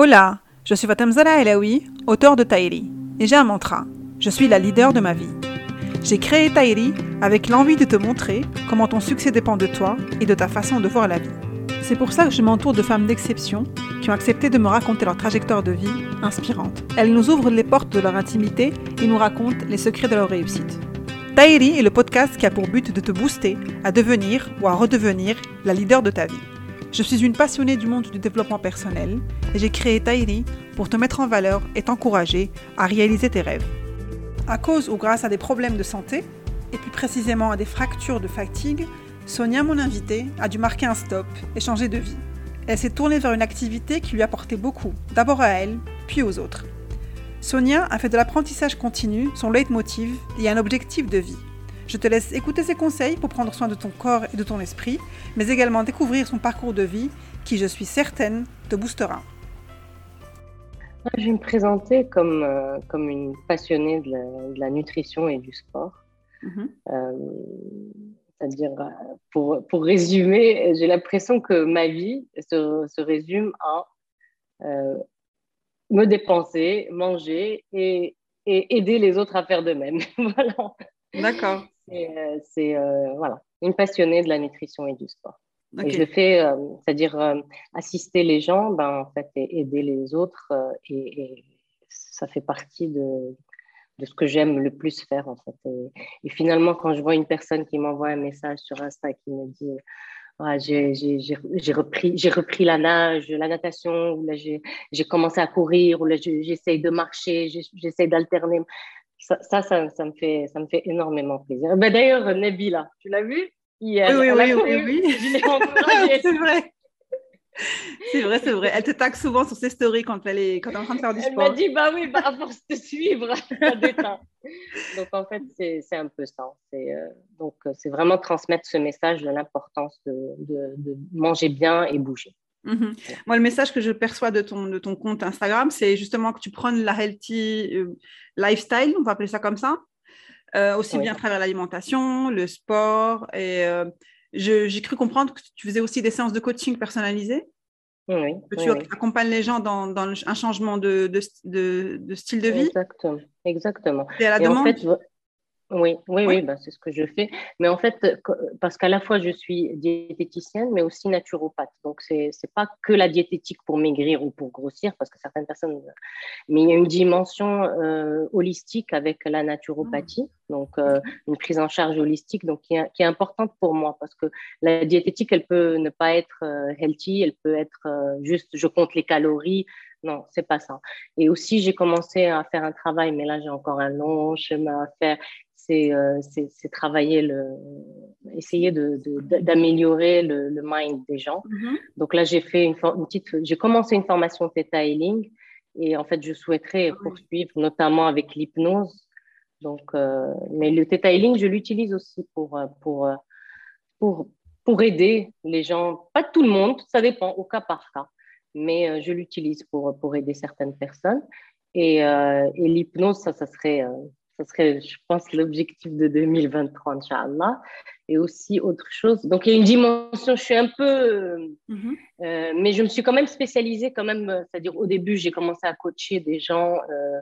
Hola, je suis Fatem Zahra Elaoui, auteur de Tahiri, et j'ai un mantra. Je suis la leader de ma vie. J'ai créé Tahiri avec l'envie de te montrer comment ton succès dépend de toi et de ta façon de voir la vie. C'est pour ça que je m'entoure de femmes d'exception qui ont accepté de me raconter leur trajectoire de vie inspirante. Elles nous ouvrent les portes de leur intimité et nous racontent les secrets de leur réussite. Tahiri est le podcast qui a pour but de te booster à devenir ou à redevenir la leader de ta vie. Je suis une passionnée du monde du développement personnel et j'ai créé Tahiri pour te mettre en valeur et t'encourager à réaliser tes rêves. À cause ou grâce à des problèmes de santé, et plus précisément à des fractures de fatigue, Sonia, mon invitée, a dû marquer un stop et changer de vie. Elle s'est tournée vers une activité qui lui apportait beaucoup, d'abord à elle, puis aux autres. Sonia a fait de l'apprentissage continu son leitmotiv et un objectif de vie. Je te laisse écouter ses conseils pour prendre soin de ton corps et de ton esprit, mais également découvrir son parcours de vie qui, je suis certaine, te boostera. Je vais me présenter comme une passionnée de la nutrition et du sport. C'est-à-dire, pour résumer, j'ai l'impression que ma vie se résume à me dépenser, manger et aider les autres à faire de même. Voilà. D'accord. C'est voilà, une passionnée de la nutrition et du sport. Okay. Et je le fais, c'est-à-dire assister les gens, en fait, et aider les autres. Et ça fait partie de ce que j'aime le plus faire, en fait. Et finalement, quand je vois une personne qui m'envoie un message sur Insta qui me dit j'ai repris la natation, ou là j'ai commencé à courir, ou là j'essaye de marcher, j'essaye d'alterner. Ça me fait énormément plaisir. D'ailleurs, Nabila, tu l'as vu hier? Oui. Je l'ai encouragée. C'est vrai. Elle te tague souvent sur ses stories quand elle est en train de faire du sport. Elle m'a dit, à force de suivre, ça déteint. Donc, en fait, c'est un peu ça. C'est vraiment transmettre ce message de l'importance de manger bien et bouger. Mm-hmm. Moi, le message que je perçois de ton compte Instagram, c'est justement que tu prônes la healthy lifestyle, on va appeler ça comme ça, aussi bien à travers l'alimentation, le sport. Et j'ai cru comprendre que tu faisais aussi des séances de coaching personnalisées. Oui. Que tu accompagnes les gens dans un changement de style de vie. Exactement. Et à la demande. En fait, oui, c'est ce que je fais. Mais en fait, parce qu'à la fois, je suis diététicienne, mais aussi naturopathe. Donc, c'est pas que la diététique pour maigrir ou pour grossir, parce que certaines personnes... Mais il y a une dimension holistique avec la naturopathie, donc une prise en charge holistique, donc qui est importante pour moi, parce que la diététique, elle peut ne pas être healthy, elle peut être juste je compte les calories. Non, c'est pas ça. Et aussi, j'ai commencé à faire un travail, mais là, j'ai encore un long chemin à faire. C'est travailler essayer d'améliorer le mind des gens. Mm-hmm. Donc là, j'ai commencé une formation Theta Healing, et en fait, je souhaiterais poursuivre, notamment avec l'hypnose. Donc, mais le Theta Healing, je l'utilise aussi pour aider les gens. Pas tout le monde, ça dépend, au cas par cas. Mais je l'utilise pour aider certaines personnes. Et l'hypnose, ça serait, je pense, l'objectif de 2023, Inch'Allah. Et aussi autre chose. Donc, il y a une dimension, je suis un peu... mais je me suis quand même spécialisée, c'est-à-dire au début, j'ai commencé à coacher des gens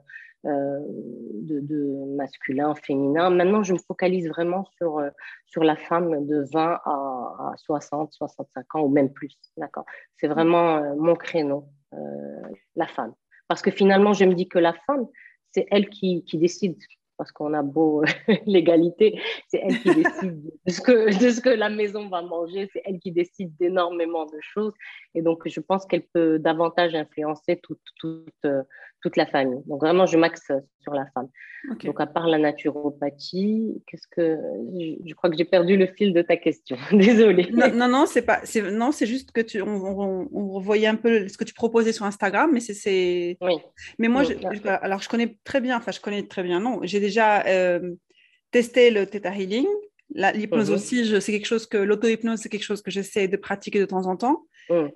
de masculin, féminin. Maintenant, je me focalise vraiment sur la femme de 20 à 60, 65 ans ou même plus. D'accord. C'est vraiment mon créneau, la femme. Parce que finalement, je me dis que la femme, c'est elle qui décide. Parce qu'on a beau l'égalité, c'est elle qui décide de ce que la maison va manger, c'est elle qui décide d'énormément de choses. Et donc, je pense qu'elle peut davantage influencer toute la famille. Donc, vraiment, je m'axe sur la femme. Okay. Donc, à part la naturopathie, je crois que j'ai perdu le fil de ta question. Désolée. Non, c'est juste que on voyait un peu ce que tu proposais sur Instagram, mais c'est. Oui. Mais moi, je connais très bien. Non, j'ai déjà testé le Theta Healing, l'hypnose aussi. C'est quelque chose que l'auto-hypnose, c'est quelque chose que j'essaie de pratiquer de temps en temps.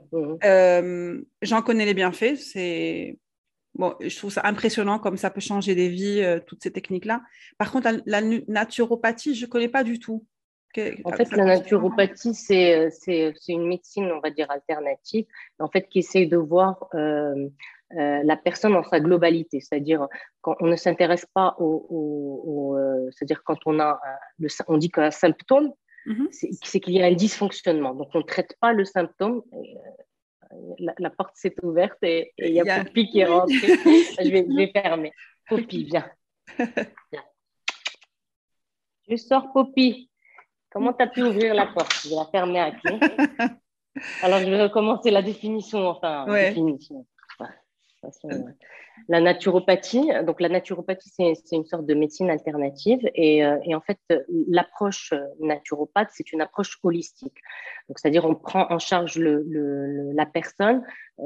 J'en connais les bienfaits. Bon, je trouve ça impressionnant comme ça peut changer des vies, toutes ces techniques-là. Par contre, la naturopathie, je ne connais pas du tout. En fait, Ça la consiste en quoi? naturopathie, c'est une médecine, on va dire, alternative, en fait, qui essaie de voir la personne dans sa globalité. C'est-à-dire, quand on ne s'intéresse pas c'est-à-dire quand on dit qu'un symptôme, Mhm. c'est qu'il y a un dysfonctionnement. Donc, on ne traite pas le symptôme. La porte s'est ouverte et il y Il a y a... Poppy qui est Oui, rentrée. oui, Je vais fermer. Poppy, viens. Viens. Je sors, Poppy. Comment tu as pu ouvrir la porte? Je vais la fermer à clé. Alors, je vais recommencer la définition, enfin, ouais. définition. Enfin, de toute façon, la naturopathie, donc la naturopathie, c'est une sorte de médecine alternative et en fait, l'approche naturopathe, c'est une approche holistique. Donc, c'est-à-dire, on prend en charge la personne euh,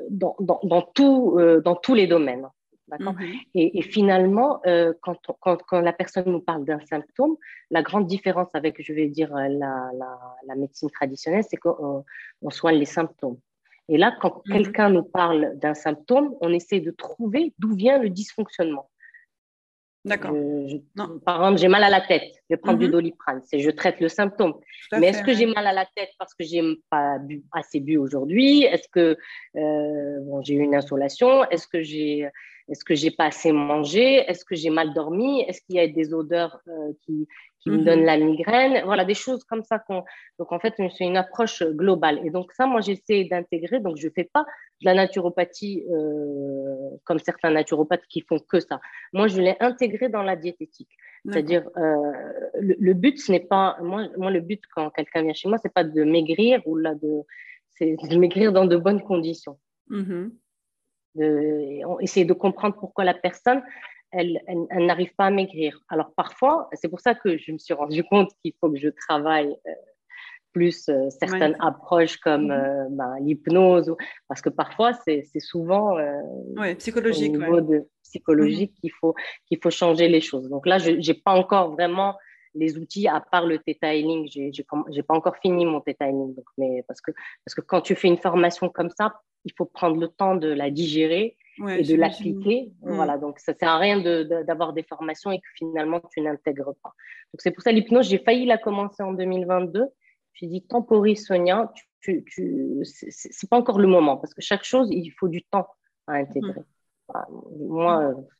dans tous les domaines. D'accord. Mhm. Et finalement, quand la personne nous parle d'un symptôme, la grande différence avec, je vais dire, la médecine traditionnelle, c'est qu'on soigne les symptômes. Et là, quand Mhm. quelqu'un nous parle d'un symptôme, on essaie de trouver d'où vient le dysfonctionnement. D'accord. Non. Par exemple, j'ai mal à la tête, je vais prendre du Mhm. Doliprane, je traite le symptôme. Tout à Mais est-ce fait, que j'ai ouais. mal à la tête parce que j'ai pas assez bu aujourd'hui? Est-ce que bon, j'ai eu une insolation? Est-ce que j'ai pas assez mangé? Est-ce que j'ai mal dormi? Est-ce qu'il y a des odeurs qui me donnent Mhm. la migraine? Voilà, des choses comme ça. Donc, en fait, c'est une approche globale. Et donc, ça, moi, j'essaie d'intégrer. Donc, je fais pas de la naturopathie comme certains naturopathes qui font que ça. Moi, je l'ai intégré dans la diététique. D'accord. C'est-à-dire, le but, ce n'est pas, moi, le but quand quelqu'un vient chez moi, c'est pas de maigrir c'est de maigrir dans de bonnes conditions. Mhm. Essayer de comprendre pourquoi la personne, elle n'arrive pas à maigrir. Alors parfois, c'est pour ça que je me suis rendu compte qu'il faut que je travaille plus certaines Mindset. approches comme Mhm. l'hypnose, parce que parfois, c'est souvent Ouais, au psychologique, ouais. niveau de Mhm. psychologique qu'il faut changer les choses. Donc là, je n'ai pas encore vraiment les outils à part le Theta Healing. J'ai pas encore fini mon Theta Healing. Donc, mais parce que quand tu fais une formation comme ça, il faut prendre le temps de la digérer Ouais, et de j'imagine. l'appliquer. Mhm. Voilà, donc ça sert à rien d'avoir des formations et que finalement tu n'intègres pas. Donc c'est pour ça l'hypnose, j'ai failli la commencer en 2022. J'ai dit temporise Sonia, c'est pas encore le moment parce que chaque chose, il faut du temps à intégrer. Mhm. Voilà. Moi,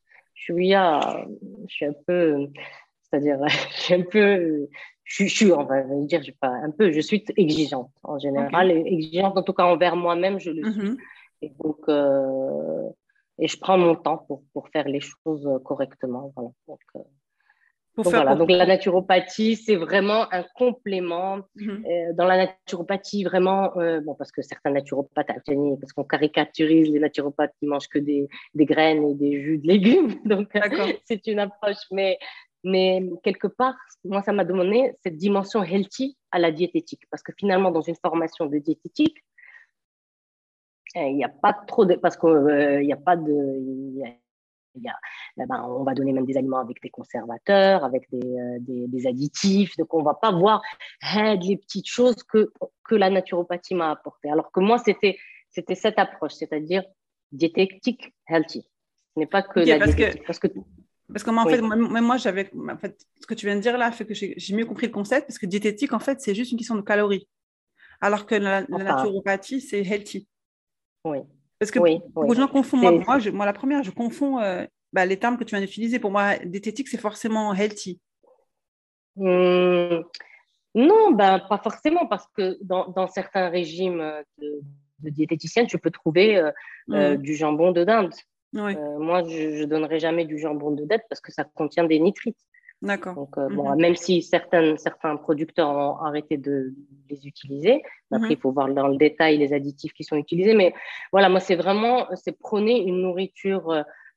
je suis un peu, c'est-à-dire, je suis un peu, on va dire, je suis exigeante en Ok. général, et exigeante en tout cas envers moi-même, je le suis. Mhm. Et donc, et je prends mon temps pour faire les choses correctement. Voilà. Pour Donc faire voilà, pour... donc la naturopathie, c'est vraiment un complément. Mhm. Dans la naturopathie, vraiment, bon, parce que certains naturopathes, parce qu'on caricaturise les naturopathes qui mangent que des graines et des jus de légumes, donc D'accord. c'est une approche. Mais quelque part, moi, ça m'a donné cette dimension healthy à la diététique, parce que finalement, dans une formation de diététique, il n'y a pas trop de, parce qu'il n'y a pas de, il y a, on va donner même des aliments avec des conservateurs, avec des additifs. Donc, on ne va pas voir les petites choses que la naturopathie m'a apportées. Alors que moi, c'était cette approche, c'est-à-dire diététique healthy. Ce n'est pas que Ok, la diététique. parce que moi, en fait, Oui, même moi, en fait, ce que tu viens de dire là fait que j'ai mieux compris le concept, parce que diététique, en fait, c'est juste une question de calories, alors que la enfin, naturopathie, c'est healthy. oui, Parce que oui, beaucoup oui. de gens confondent, C'est, moi, la première, je confonds les termes que tu viens d'utiliser. Pour moi, diététique, c'est forcément healthy. hum, non, ben, pas forcément, parce que dans certains régimes de diététicienne, tu peux trouver Mhm. du jambon de dinde. Oui, Moi, je ne donnerai jamais du jambon de dinde parce que ça contient des nitrites. d'accord. Donc, bon, Mhm. même si certains producteurs ont arrêté de les utiliser, après, il Mhm. faut voir dans le détail les additifs qui sont utilisés. Mais voilà, moi, c'est prôner une nourriture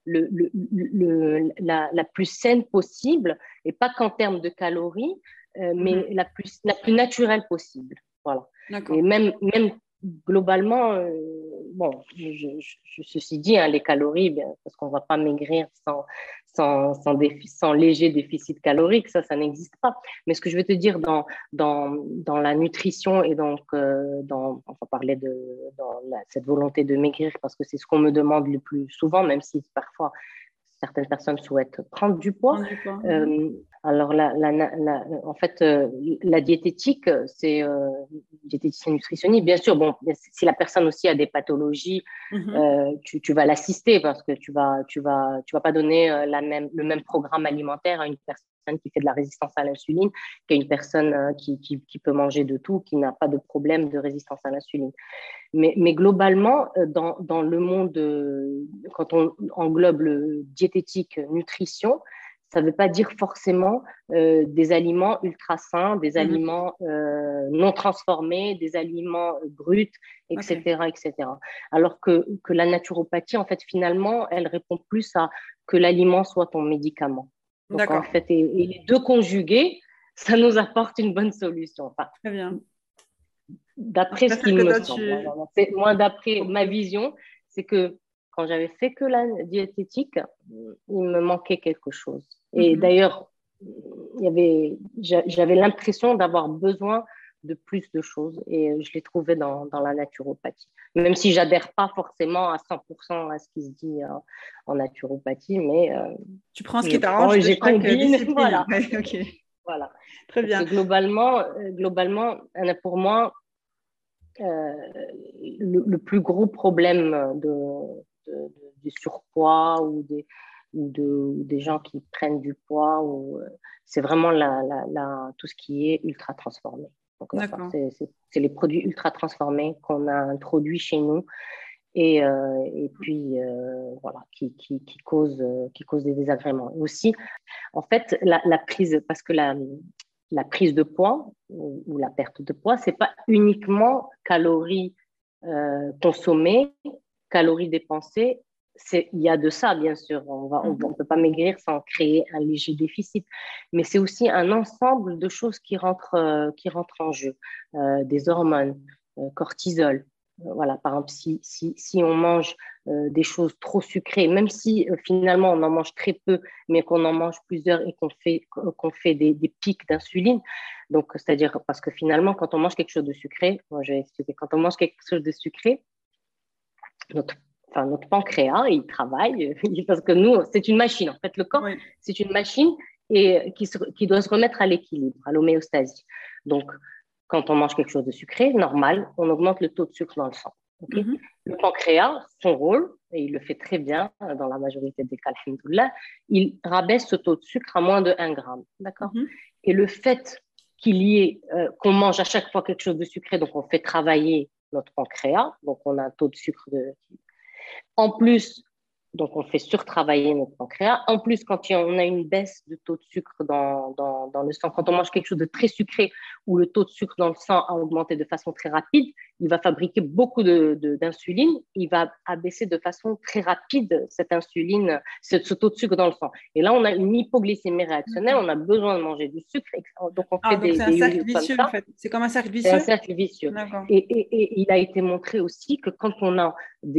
la plus saine possible, et pas qu'en termes de calories, Mhm. mais la plus naturelle possible. Voilà. Et D'accord. même globalement, bon, ceci dit, hein, les calories, bien, parce qu'on ne va pas maigrir sans léger déficit calorique, ça n'existe pas. Mais ce que je veux te dire dans la nutrition et donc on va parler cette volonté de maigrir, parce que c'est ce qu'on me demande le plus souvent, même si parfois certaines personnes souhaitent prendre du poids. Prendre du poids. Mhm. Euh, Alors, en fait, la diététique, c'est diététicien nutritionniste. Bien sûr, bon, si la personne aussi a des pathologies, tu vas l'assister parce que tu vas pas donner le même programme alimentaire à une personne qui fait de la résistance à l'insuline qu'à une personne qui peut manger de tout, qui n'a pas de problème de résistance à l'insuline. Mais globalement, dans le monde, quand on englobe le diététique, nutrition, ça ne veut pas dire forcément des aliments ultra sains, des aliments non transformés, des aliments bruts, etc., etc. Alors que la naturopathie, en fait, finalement, elle répond plus à que l'aliment soit ton médicament. Donc, en fait, et les deux conjugués, ça nous apporte une bonne solution. Enfin, très bien. d'après ce qu'il me semble. Moi, d'après ma vision, c'est que quand j'avais fait que la diététique, il me manquait quelque chose. Et d'ailleurs, j'avais l'impression d'avoir besoin de plus de choses et je l'ai trouvé dans la naturopathie. Même si j'adhère pas forcément à 100% à ce qui se dit en naturopathie, mais tu prends ce qui t'arrange de chaque combine, discipline. voilà. Ouais, ok. Voilà. Très bien. Parce que globalement, pour moi, le plus gros problème du surpoids ou des gens qui prennent du poids, c'est vraiment tout ce qui est ultra transformé. Donc, c'est les produits ultra transformés qu'on a introduits chez nous et puis voilà, qui causent des désagréments. Et aussi, en fait, la prise, parce que la prise de poids ou la perte de poids, c'est pas uniquement calories consommées, calories dépensées. Il y a de ça, bien sûr. On peut pas maigrir sans créer un léger déficit. Mais c'est aussi un ensemble de choses qui rentrent en jeu. Des hormones, cortisol. Voilà, par exemple, si on mange des choses trop sucrées, même si finalement on en mange très peu, mais qu'on en mange plusieurs et qu'on fait des pics d'insuline. Donc, c'est-à-dire parce que finalement, quand on mange quelque chose de sucré, moi je vais expliquer, quand on mange quelque chose de sucré, notre pancréas, il travaille parce que nous, c'est une machine. En fait, le corps, c'est une machine et qui doit se remettre à l'équilibre, à l'homéostasie. Donc, quand on mange quelque chose de sucré, normal, on augmente le taux de sucre dans le sang. Okay. Le pancréas, son rôle, et il le fait très bien dans la majorité des cas, alhamdoulilah, il rabaisse ce taux de sucre à moins de 1 gramme. D'accord. Et le fait qu'il y ait, qu'on mange à chaque fois quelque chose de sucré, donc on fait travailler notre pancréas, donc on a un taux de sucre en plus, donc on fait surtravailler notre pancréas. En plus, quand on a une baisse de taux de sucre dans le sang, quand on mange quelque chose de très sucré où le taux de sucre dans le sang a augmenté de façon très rapide, il va fabriquer beaucoup d'insuline. Il va abaisser de façon très rapide cette insuline, ce taux de sucre dans le sang. Et là, on a une hypoglycémie réactionnelle. On a besoin de manger du sucre. Donc, on fait donc c'est un cercle vicieux, en fait. C'est comme un cercle vicieux. C'est un cercle vicieux. Et il a été montré aussi que quand on a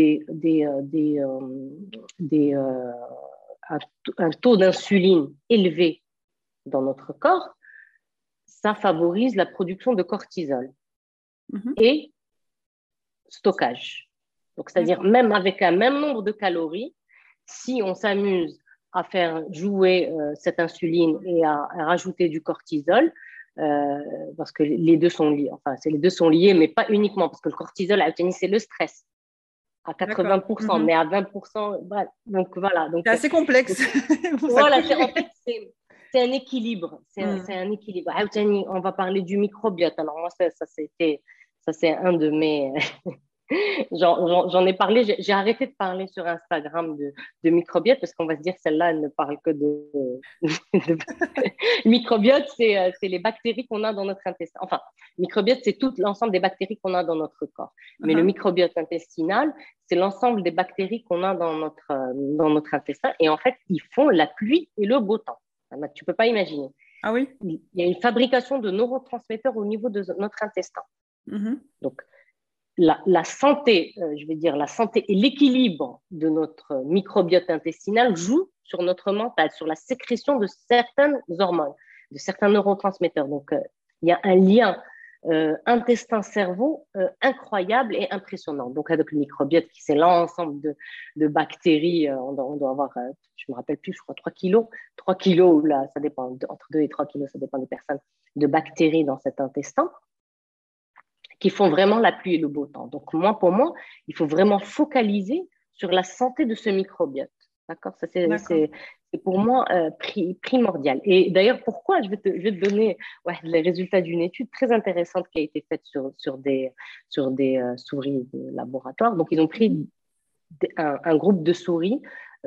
un taux d'insuline élevé dans notre corps, ça favorise la production de cortisol et stockage. Donc, c'est-à-dire même avec un même nombre de calories, si on s'amuse à faire jouer cette insuline et à rajouter du cortisol, parce que les deux sont liés, les deux sont liés, mais pas uniquement, parce que le cortisol, c'est le stress à 80%, mais à 20%, donc voilà. Donc, c'est assez complexe. Voilà, en fait, c'est un équilibre. C'est un équilibre. On va parler du microbiote. Alors moi, ça c'est un de mes... J'en ai parlé, j'ai arrêté de parler sur Instagram de microbiote parce qu'on va se dire celle-là, elle ne parle que de... Microbiote, c'est les bactéries qu'on a dans notre intestin. Enfin, microbiote, c'est tout l'ensemble des bactéries qu'on a dans notre corps. Mais le microbiote intestinal, c'est l'ensemble des bactéries qu'on a dans notre intestin. Et en fait, ils font la pluie et le beau temps. Tu ne peux pas imaginer. Ah oui? Il y a une fabrication de neurotransmetteurs au niveau de notre intestin. Donc, la santé, je vais dire, la santé et l'équilibre de notre microbiote intestinal jouent sur notre mental, sur la sécrétion de certaines hormones, de certains neurotransmetteurs. Donc, il y a un lien intestin-cerveau incroyable et impressionnant. Donc, avec le microbiote, qui c'est l'ensemble de bactéries, on doit avoir, je ne me rappelle plus, je crois 3 kilos. 3 kilos, là, ça dépend, entre 2 et 3 kilos, ça dépend des personnes, de bactéries dans cet intestin, qui font vraiment la pluie et le beau temps. Donc, pour moi, il faut vraiment focaliser sur la santé de ce microbiote. D'accord? Ça, c'est pour moi primordial. Et d'ailleurs, pourquoi je vais te donner les résultats d'une étude très intéressante qui a été faite sur des souris de laboratoire. Donc, ils ont pris un groupe de souris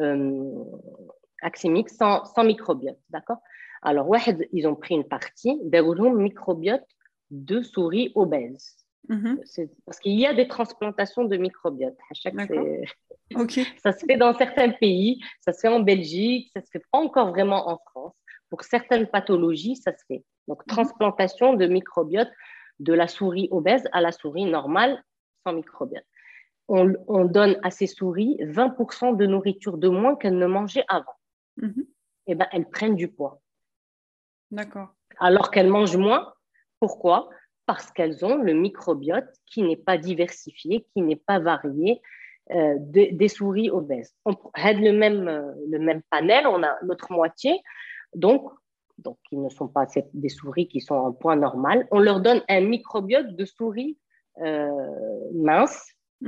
axémiques sans microbiote. D'accord? Alors, ils ont pris une partie d'un microbiote de souris obèses. Parce qu'il y a des transplantations de microbiote. Ça se fait dans certains pays, ça se fait en Belgique, ça se fait pas encore vraiment en France. Pour certaines pathologies, ça se fait. Donc, transplantation de microbiote de la souris obèse à la souris normale sans microbiote. On donne à ces souris 20% de nourriture de moins qu'elles ne mangeaient avant. Et ben, elles prennent du poids. D'accord. Alors qu'elles mangent moins. Pourquoi? Parce qu'elles ont le microbiote qui n'est pas diversifié, qui n'est pas varié des souris obèses. On a le même panel, on a l'autre moitié, donc ils ne sont pas des souris qui sont en poids normal. On leur donne un microbiote de souris minces,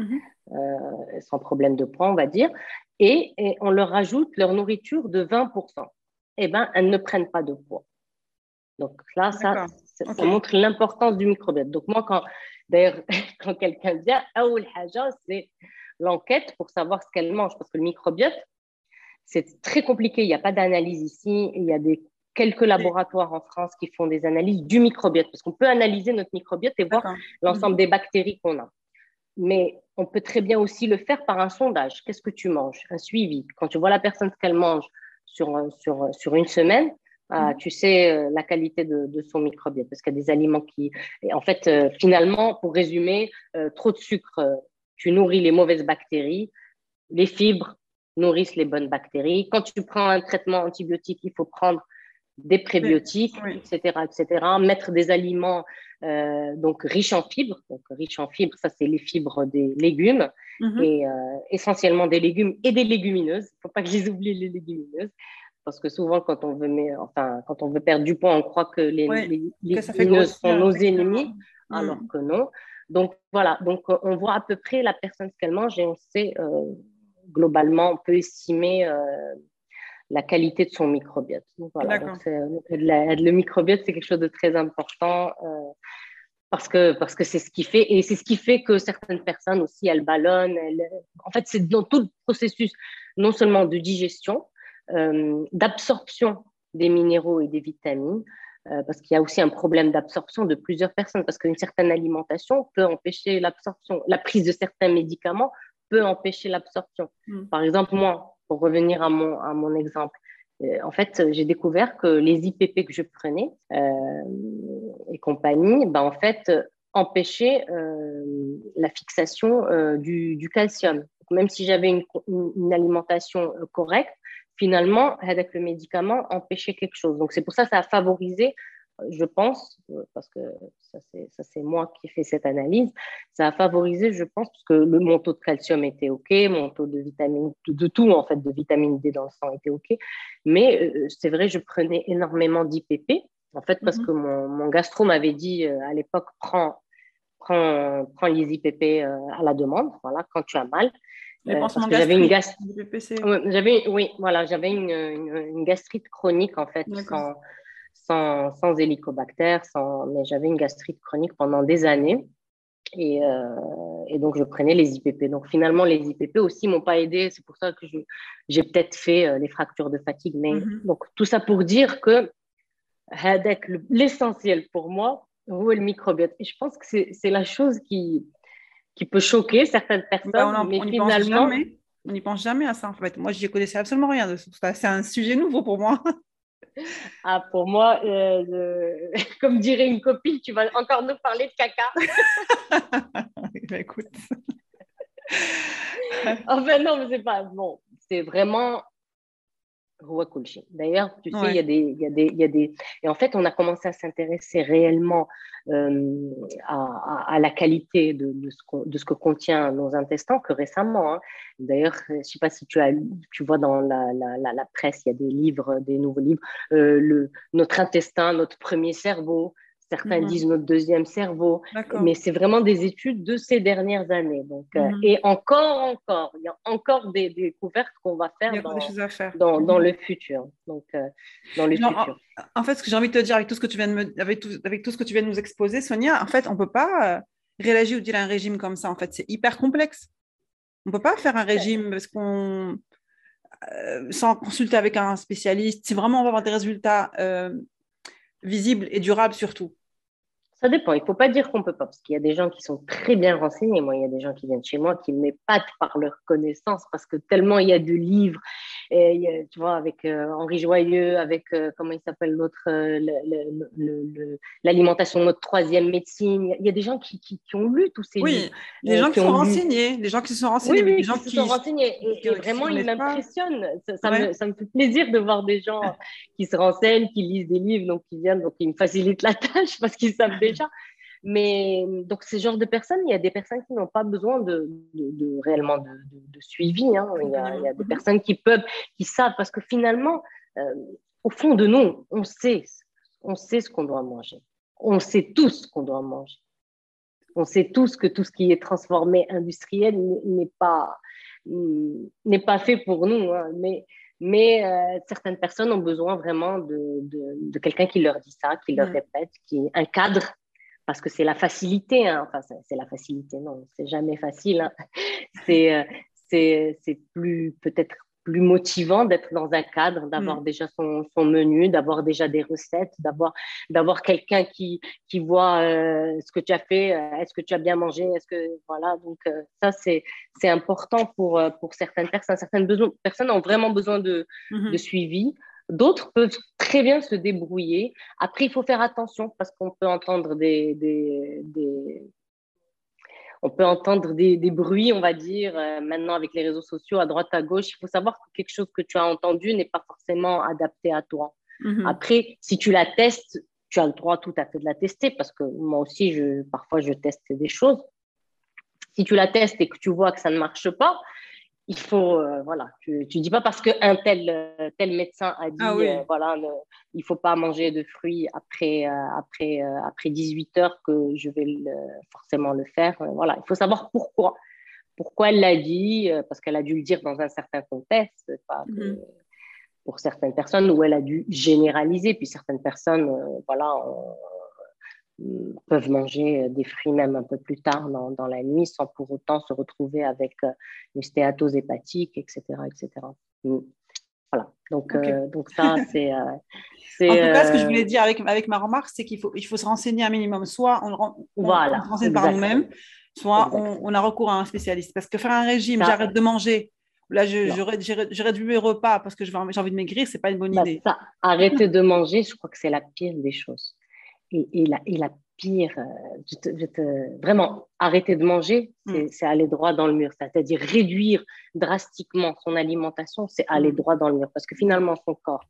sans problème de poids, on va dire, et on leur ajoute leur nourriture de 20%. Eh bien, elles ne prennent pas de poids. Donc là, ça montre l'importance du microbiote. Donc moi, d'ailleurs, quand quelqu'un vient, c'est l'enquête pour savoir ce qu'elle mange. Parce que le microbiote, c'est très compliqué. Il n'y a pas d'analyse ici. Il y a quelques laboratoires en France qui font des analyses du microbiote. Parce qu'on peut analyser notre microbiote et voir l'ensemble des bactéries qu'on a. Mais on peut très bien aussi le faire par un sondage. Qu'est-ce que tu manges? Un suivi. Quand tu vois la personne ce qu'elle mange sur une semaine, tu sais la qualité de son microbiote, parce qu'il y a des aliments qui… Et en fait, finalement, pour résumer, trop de sucre, tu nourris les mauvaises bactéries, les fibres nourrissent les bonnes bactéries. Quand tu prends un traitement antibiotique, il faut prendre des prébiotiques, etc. Mettre des aliments donc riches en fibres. Donc, riches en fibres, ça, c'est les fibres des légumes, et essentiellement des légumes et des légumineuses. Il ne faut pas que je les oublie, les légumineuses. Parce que souvent, quand on veut perdre du poids, on croit que les légumineuses sont nos ennemis, alors que non. Donc, voilà. Donc, on voit à peu près la personne ce qu'elle mange et on sait, globalement, on peut estimer la qualité de son microbiote. Donc, voilà. Donc, le microbiote, c'est quelque chose de très important parce que c'est ce qui fait, et c'est ce qui fait que certaines personnes aussi, elles ballonnent. En fait, c'est dans tout le processus, non seulement de digestion, d'absorption des minéraux et des vitamines, parce qu'il y a aussi un problème d'absorption de plusieurs personnes, parce qu'une certaine alimentation peut empêcher l'absorption. La prise de certains médicaments peut empêcher l'absorption. Par exemple, moi, pour revenir à mon exemple, en fait, j'ai découvert que les IPP que je prenais et compagnie, en fait, empêchaient la fixation du calcium. Donc, même si j'avais une alimentation correcte, finalement, avec le médicament, empêchait quelque chose. Donc, c'est pour ça que ça a favorisé, je pense, parce que ça c'est moi qui ai fait cette analyse, ça a favorisé, je pense, parce que mon taux de calcium était OK, mon taux de vitamine, de tout, en fait, de vitamine D dans le sang était OK. Mais c'est vrai, je prenais énormément d'IPP, en fait, parce que mon gastro m'avait dit à l'époque, prends les IPP à la demande, voilà, quand tu as mal. Parce que j'avais une j'avais une gastrite chronique, en fait, sans hélicobactère, mais j'avais une gastrite chronique pendant des années. Et donc, je prenais les IPP. Donc, finalement, les IPP aussi m'ont pas aidé. C'est pour ça que j'ai peut-être fait les fractures de fatigue. Mais donc, tout ça pour dire que l'essentiel pour moi, c'est le microbiote. Et je pense que c'est la chose qui peut choquer certaines personnes, mais finalement… On n'y pense jamais à ça, en fait. Moi, je n'y connaissais absolument rien de ça. C'est un sujet nouveau pour moi. Pour moi, comme dirait une copine, tu vas encore nous parler de caca. Écoute. Enfin, non, mais c'est pas… Bon, c'est vraiment… هو كل شيء. D'ailleurs, tu sais, Ouais. et en fait, on a commencé à s'intéresser réellement à la qualité de ce que contient nos intestins que récemment, hein. D'ailleurs, je ne sais pas si tu vois dans la presse, il y a des livres, des nouveaux livres, notre intestin, notre premier cerveau. Certains Mhm. disent notre deuxième cerveau, D'accord. mais c'est vraiment des études de ces dernières années. Donc, Mhm. et encore, il y a encore des découvertes qu'on va Il y faire a encore des choses à faire. dans Mhm. le futur. Donc, dans le Genre, futur. en fait, ce que j'ai envie de te dire avec tout ce que tu viens de avec tout ce que tu viens de nous exposer, Sonia, en fait, on peut pas réagir ou dire un régime comme ça. En fait, c'est hyper complexe. On peut pas faire un régime parce qu'on sans consulter avec un spécialiste. Si vraiment on va avoir des résultats visibles et durables surtout. Ça dépend. Il ne faut pas dire qu'on ne peut pas, parce qu'il y a des gens qui sont très bien renseignés. Moi, il y a des gens qui viennent chez moi qui m'épatent par leur connaissance, parce que tellement il y a de livres. Et, tu vois, avec Henri Joyeux, avec, comment il s'appelle l'autre, l'alimentation de notre troisième médecine. Il y a des gens qui ont lu tous ces livres, Oui, des gens qui qui ont sont lu. renseignés, des gens qui se sont renseignés, Oui, mais des oui, gens qui se sont renseignés. Et qui s'y vraiment, ils connaissent pas. m'impressionnent. Ouais. Ça me fait plaisir de voir des gens qui se renseignent, qui lisent des livres, donc qui viennent, donc ils me facilitent la tâche parce qu'ils savent déjà. Mais donc, ce genre de personnes, il y a des personnes qui n'ont pas besoin réellement de suivi, hein. Il y Accompagnement. a des Mhm. personnes qui savent, parce que finalement, euh, au fond de nous, on sait ce qu'on doit manger. On sait tous ce qu'on doit manger. On sait tous que tout ce qui est transformé industriel n'est pas fait pour nous, hein. Mais certaines personnes ont besoin vraiment de quelqu'un qui leur dit ça, qui leur Mhm. répète, un cadre, parce que c'est la facilité, hein. Enfin, c'est la facilité, non, c'est jamais facile, hein. C'est euh, c'est plus peut-être plus motivant d'être dans un cadre, d'avoir Mhm. déjà son menu, d'avoir déjà des recettes, d'avoir quelqu'un qui voit ce que tu as fait, est-ce que tu as bien mangé, est-ce que voilà. Donc ça c'est important pour certaines personnes. Personnes ont vraiment besoin de Mhm. suivi. D'autres peuvent très bien se débrouiller. Après, il faut faire attention parce qu'on peut entendre on peut entendre des bruits, on va dire, maintenant avec les réseaux sociaux à droite, à gauche. Il faut savoir que quelque chose que tu as entendu n'est pas forcément adapté à toi. Mhm. Après, si tu la testes, tu as le droit tout à fait de la tester, parce que moi aussi, parfois, je teste des choses. Si tu la testes et que tu vois que ça ne marche pas, il faut, voilà, tu dis pas parce qu'un tel médecin a Ah dit, oui. voilà, il faut pas manger de fruits après 18 heures que je vais forcément le faire. Voilà, il faut savoir pourquoi elle l'a dit, parce qu'elle a dû le dire dans un certain contexte, pas que Mhm. pour certaines personnes, où elle a dû généraliser, puis certaines personnes, voilà, peuvent manger des fruits même un peu plus tard dans la nuit sans pour autant se retrouver avec une stéatose hépatique, etc., etc. Voilà. Ok. Donc ça, En c'est tout cas, ce que je voulais dire avec ma remarque, c'est il faut se renseigner un minimum. Soit on se voilà, renseigne par nous-mêmes, exactement, soit on exactement. a recours à un spécialiste. Parce que faire un régime, Ça, j'arrête de manger, là, non. je réduis mes repas parce que j'ai envie de maigrir, c'est pas une bonne Bah, idée. ça, arrêter de manger, je crois que c'est la pire des choses. Et la pire, vraiment, arrêter de manger, Mm, c'est aller droit dans le mur. C'est-à-dire réduire drastiquement son alimentation, c'est aller mm, droit dans le mur. Parce que finalement, son corps,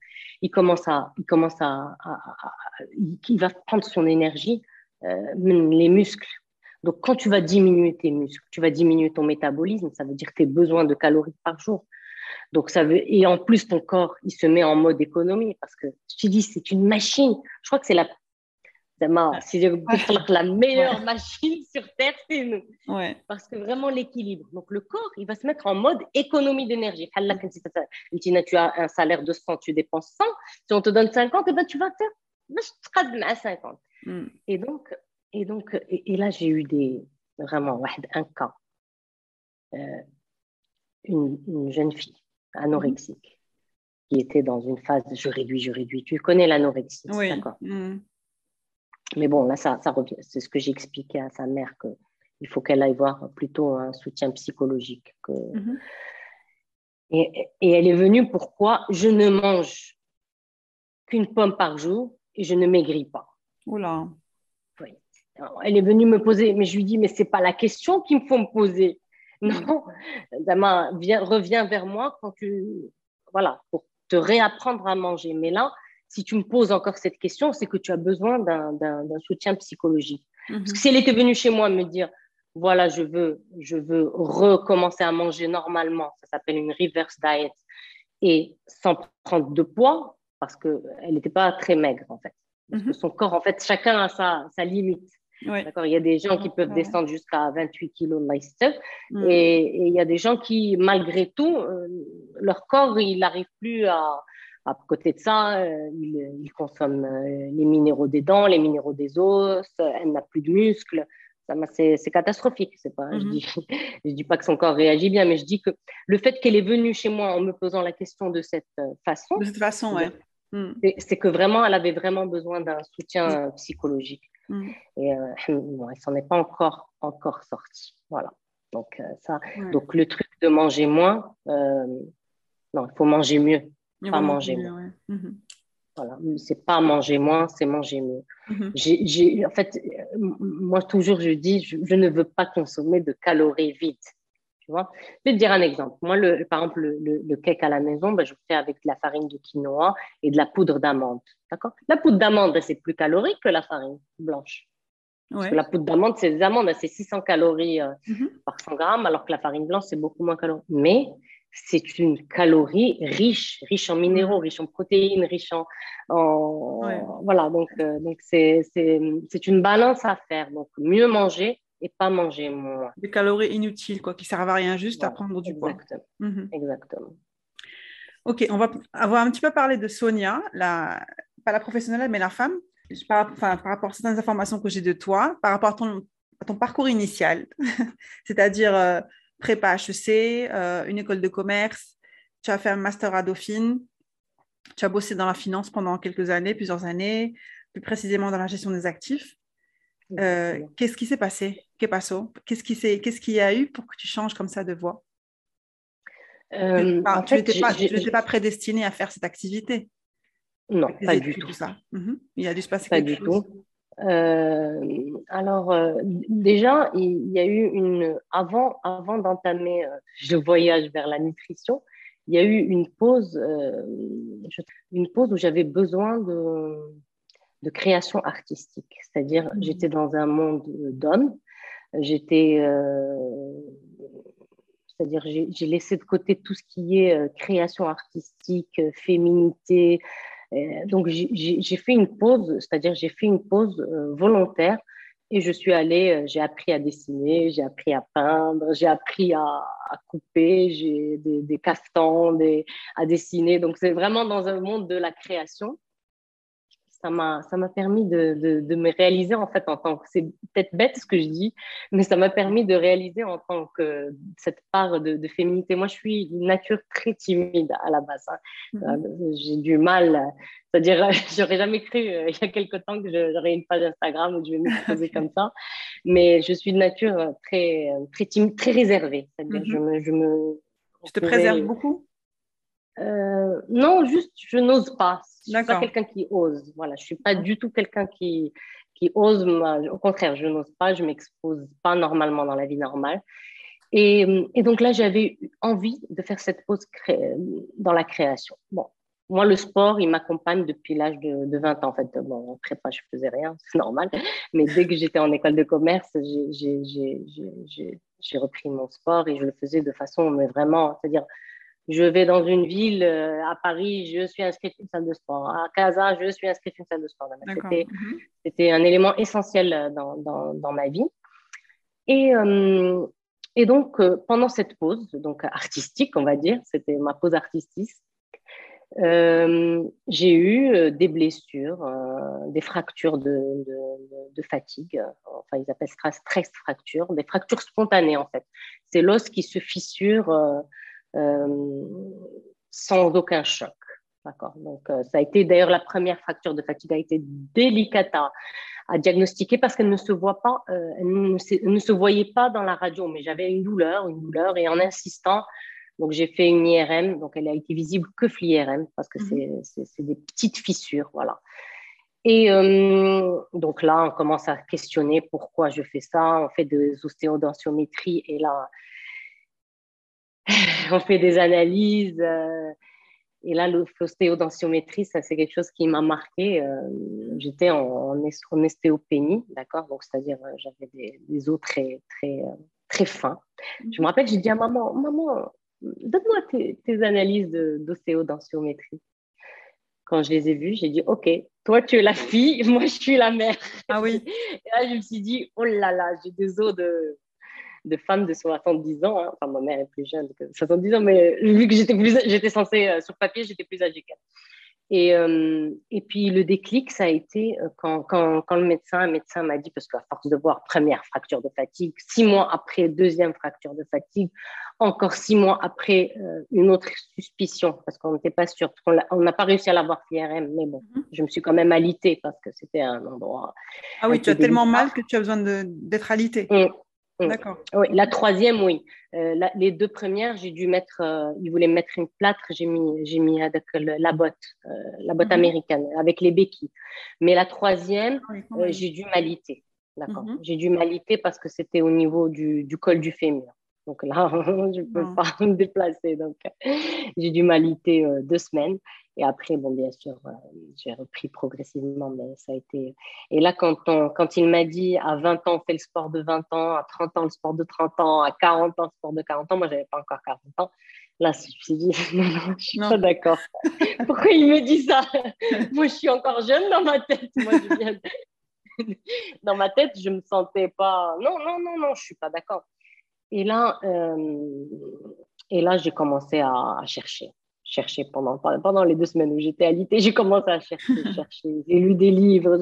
il va prendre son énergie, les muscles. Donc, quand tu vas diminuer tes muscles, tu vas diminuer ton métabolisme, ça veut dire tes besoins de calories par jour. Donc, et en plus, ton corps, il se met en mode économie parce que, je te dis, c'est une machine. Je crois que c'est si je peux ouais, la meilleure machine sur Terre, c'est nous. ouais. Parce que vraiment l'équilibre. Donc le corps, il va se mettre en mode économie d'énergie. Tu as un salaire de 100, tu dépenses 100. Si on te donne 50, eh ben, tu vas faire à 50. Mm, Et donc, et là, j'ai eu vraiment un cas. Euh, une jeune fille mhm. anorexique qui était dans une phase de je réduis. Tu connais l'anorexie, Oui. d'accord. Mm, Mais bon, là, ça revient. C'est ce que j'ai expliqué à sa mère, qu'il faut qu'elle aille voir plutôt un soutien psychologique. mhm. Et elle est venue pourquoi je ne mange qu'une pomme par jour et je ne maigris pas. Oula. Oui. Alors, elle est venue me poser, mais je lui dis, mais c'est pas la question qu'il me faut me poser. Mm, Non, Dama, reviens vers moi quand voilà, te réapprendre à manger. Mais là, si tu me poses encore cette question, c'est que tu as besoin d'un soutien psychologique. Parce que si elle était venue chez moi me dire, voilà, je veux recommencer à manger normalement, ça s'appelle une reverse diet, et sans prendre de poids, parce qu'elle n'était pas très maigre, en fait. Parce que son corps, en fait, chacun a sa limite. Ouais. D'accord, il y a des gens qui peuvent descendre jusqu'à 28 kilos de lifestyle, et il y a des gens qui, malgré tout, leur corps, il n'arrive plus à côté de ça, il consomme les minéraux des dents, les minéraux des os, elle n'a plus de muscles. C'est catastrophique. C'est pas, je dis pas que son corps réagit bien, mais je dis que le fait qu'elle est venue chez moi en me posant la question de cette façon, ouais. C'est que vraiment, elle avait vraiment besoin d'un soutien psychologique. Et bon, elle s'en est pas encore sortie. Voilà. Donc, donc le truc de manger moins, non, il faut manger mieux, pas manger moins. Voilà. C'est pas manger moins, c'est manger mieux. En fait, moi, toujours, je dis, je ne veux pas consommer de calories vides. Tu vois? Je vais te dire un exemple. Moi, par exemple, le cake à la maison, ben, je le fais avec de la farine de quinoa et de la poudre d'amande. D'accord? La poudre d'amande, ben, c'est plus calorique que la farine blanche. Parce que la poudre d'amande, c'est des amandes, c'est 600 calories par 100 grammes, alors que la farine blanche, c'est beaucoup moins calorique. Mais c'est une calorie riche en minéraux, riche en protéines, riche en voilà. Donc c'est une balance à faire. Donc mieux manger et pas manger moins. Des calories inutiles, quoi, qui servent à rien, juste à prendre du poids. Exactement. Ok, on va avoir un petit peu parlé de Sonia, pas la professionnelle, mais la femme. Par rapport à certaines informations que j'ai de toi, par rapport à ton parcours initial, c'est-à-dire prépa HEC, une école de commerce, tu as fait un master à Dauphine, tu as bossé dans la finance pendant quelques années, plusieurs années, plus précisément dans la gestion des actifs. Qu'est-ce qui s'est passé? Qu'est-ce qu'il y a eu pour que tu changes comme ça de voie? Tu n'étais pas prédestinée à faire cette activité. Non, pas du tout. Tout ça. Il a dû se passer pas quelque du chose. tout. Alors, déjà, il y a eu avant d'entamer le voyage vers la nutrition, il y a eu une pause où j'avais besoin de création artistique. C'est-à-dire, j'étais dans un monde d'hommes. C'est-à-dire, j'ai laissé de côté tout ce qui est création artistique, féminité. Donc, j'ai fait une pause, c'est-à-dire j'ai fait une pause volontaire et je suis allée, j'ai appris à dessiner, j'ai appris à peindre, j'ai appris à couper, j'ai des caftans, à dessiner. Donc, c'est vraiment dans un monde de la création. Ça m'a permis de me réaliser en fait en tant que, c'est peut-être bête ce que je dis, mais ça m'a permis de réaliser en tant que cette part de féminité. Moi, je suis d'une nature très timide à la base. J'ai du mal, c'est-à-dire, j'aurais jamais cru il y a quelque temps que j'aurais une page Instagram où je vais m'exposer comme ça, mais je suis de nature très timide, très réservée. C'est-à-dire, Tu te préserves beaucoup? Non, juste je n'ose pas. Je suis pas quelqu'un qui ose. Voilà, je suis pas du tout quelqu'un qui ose. Au contraire, je n'ose pas. Je m'expose pas normalement dans la vie normale. Et donc là, j'avais envie de faire cette pause dans la création. Bon, moi, le sport, il m'accompagne depuis l'âge de 20 ans. En fait, bon, en prépa, je faisais rien, c'est normal. Mais dès que j'étais en école de commerce, j'ai repris mon sport et je le faisais de façon, mais vraiment, c'est-à-dire, je vais dans une ville, à Paris, je suis inscrite à une salle de sport. À Casa, je suis inscrite à une salle de sport. C'était un élément essentiel dans ma vie. Et donc, pendant cette pause, donc artistique, on va dire, c'était ma pause artistique, j'ai eu des blessures, des fractures de fatigue. Enfin, ils appellent ça stress fracture, des fractures spontanées en fait. C'est l'os qui se fissure sans aucun choc. D'accord. Donc, ça a été d'ailleurs la première fracture de fatigue a été délicate à diagnostiquer parce qu'elle ne se voit pas, elle ne se voyait pas dans la radio, mais j'avais une douleur, et en insistant, donc j'ai fait une IRM, donc elle a été visible que l'IRM parce que c'est des petites fissures, voilà. Et donc là, on commence à questionner pourquoi je fais ça, on fait des ostéodensitométries et là, on fait des analyses Et là, l'ostéodensiométrie, ça, c'est quelque chose qui m'a marqué. J'étais en ostéopénie, d'accord? Donc, c'est-à-dire, j'avais des os très, très, très fins. Je me rappelle, j'ai dit à maman, donne-moi tes analyses d'ostéodensiométrie. Quand je les ai vues, j'ai dit, OK, toi, tu es la fille, moi, je suis la mère. Ah oui. Et là, je me suis dit, oh là là, j'ai des os de femme de 70 ans. Hein. Enfin, ma mère est plus jeune que 70 ans, mais vu que j'étais censée, sur papier, j'étais plus âgée qu'elle. Et puis, le déclic, ça a été quand un médecin m'a dit, parce qu'à force de voir première fracture de fatigue, 6 mois après, deuxième fracture de fatigue, encore 6 mois après, une autre suspicion, parce qu'on n'était pas sûr, on n'a pas réussi à l'avoir FIRM, mais bon, je me suis quand même alitée parce que c'était un endroit Ah un oui, tu peu as tellement délicat. mal que tu as besoin d'être alité. Mm. D'accord. Oui, la troisième, oui. Les 2 premières, j'ai dû mettre, ils voulaient me mettre une plâtre, j'ai mis avec la botte américaine, avec les béquilles. Mais la troisième, Ah oui, quand même. j'ai dû m'aliter. D'accord. Mhm. J'ai dû m'aliter parce que c'était au niveau du col du fémur. Donc là, je ne peux Non. pas me déplacer. Donc, j'ai dû m'aliter 2 semaines. Et après, bon, bien sûr, j'ai repris progressivement, mais ça a été. Et là, quand il m'a dit à 20 ans, on fait le sport de 20 ans, à 30 ans, le sport de 30 ans, à 40 ans, le sport de 40 ans, moi, je n'avais pas encore 40 ans. Là, je me suis dit, non, non, je ne suis pas Non. d'accord. Pourquoi il me dit ça? Moi, je suis encore jeune dans ma tête. Moi, je viens dans ma tête, je ne me sentais pas. Non, non, non, non, je ne suis pas d'accord. Et là, j'ai commencé à chercher. Chercher pendant les 2 semaines où j'étais alitée, j'ai commencé à chercher. J'ai lu des livres.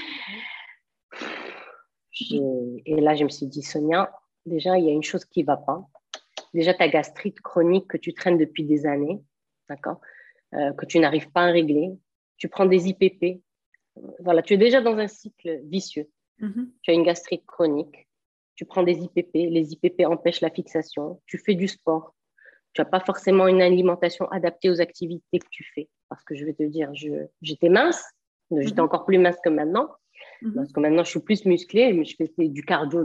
Et là, je me suis dit, Sonia, déjà, il y a une chose qui ne va pas. Déjà, ta gastrite chronique que tu traînes depuis des années, d'accord, que tu n'arrives pas à régler. Tu prends des IPP. Voilà, tu es déjà dans un cycle vicieux. Mhm. Tu as une gastrite chronique. Tu prends des IPP. Les IPP empêchent la fixation. Tu fais du sport. Tu n'as pas forcément une alimentation adaptée aux activités que tu fais. Parce que je vais te dire, j'étais mince. J'étais Mhm. encore plus mince que maintenant. Mhm. Parce que maintenant, je suis plus musclée. Mais je faisais du cardio.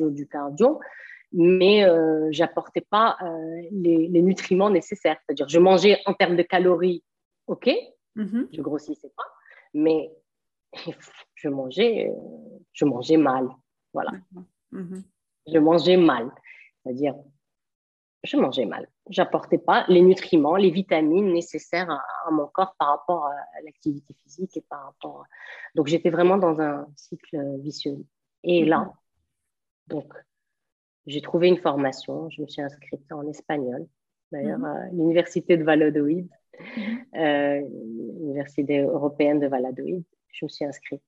Mais j'apportais pas les nutriments nécessaires. C'est-à-dire, je mangeais en termes de calories, OK, Mhm. je grossissais pas, mais je mangeais mal. Voilà, D'accord. Mhm. je mangeais mal. C'est-à-dire, je mangeais mal. J'apportais pas les nutriments, les vitamines nécessaires à mon corps par rapport à l'activité physique et par rapport. Donc, j'étais vraiment dans un cycle vicieux. Et Mhm. là, donc, j'ai trouvé une formation. Je me suis inscrite en espagnol, d'ailleurs, Mhm. à l'université de Valladolid, Mhm. l'université européenne de Valladolid. Je me suis inscrite.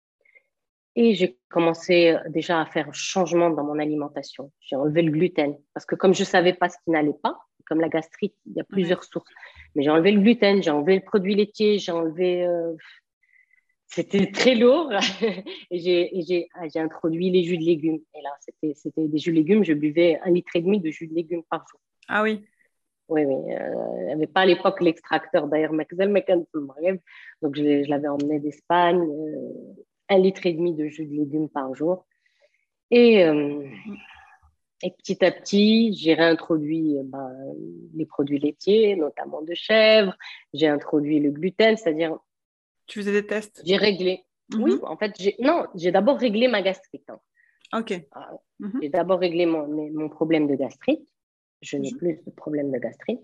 Et j'ai commencé déjà à faire un changement dans mon alimentation. J'ai enlevé le gluten parce que comme je ne savais pas ce qui n'allait pas, comme la gastrite, il y a Ouais. plusieurs sources. Mais j'ai enlevé le gluten, j'ai enlevé le produit laitier, j'ai enlevé. C'était très lourd. Et j'ai introduit les jus de légumes. Et là, c'était des jus de légumes. Je buvais 1,5 litre de jus de légumes par jour. Ah oui. Oui, oui. Il n'y avait pas à l'époque l'extracteur d'ailleurs, donc je l'avais emmené d'Espagne. 1,5 litre de jus de légumes par jour. Et, euh, et petit à petit, j'ai réintroduit les produits laitiers, notamment de chèvre. J'ai introduit le gluten, c'est-à-dire Tu faisais des tests. j'ai réglé. Oui, Mhm. en fait, j'ai d'abord réglé ma gastrite. Hein. Ok. J'ai Mhm. d'abord réglé mon problème de gastrite. Je n'ai Mhm. plus de problème de gastrite.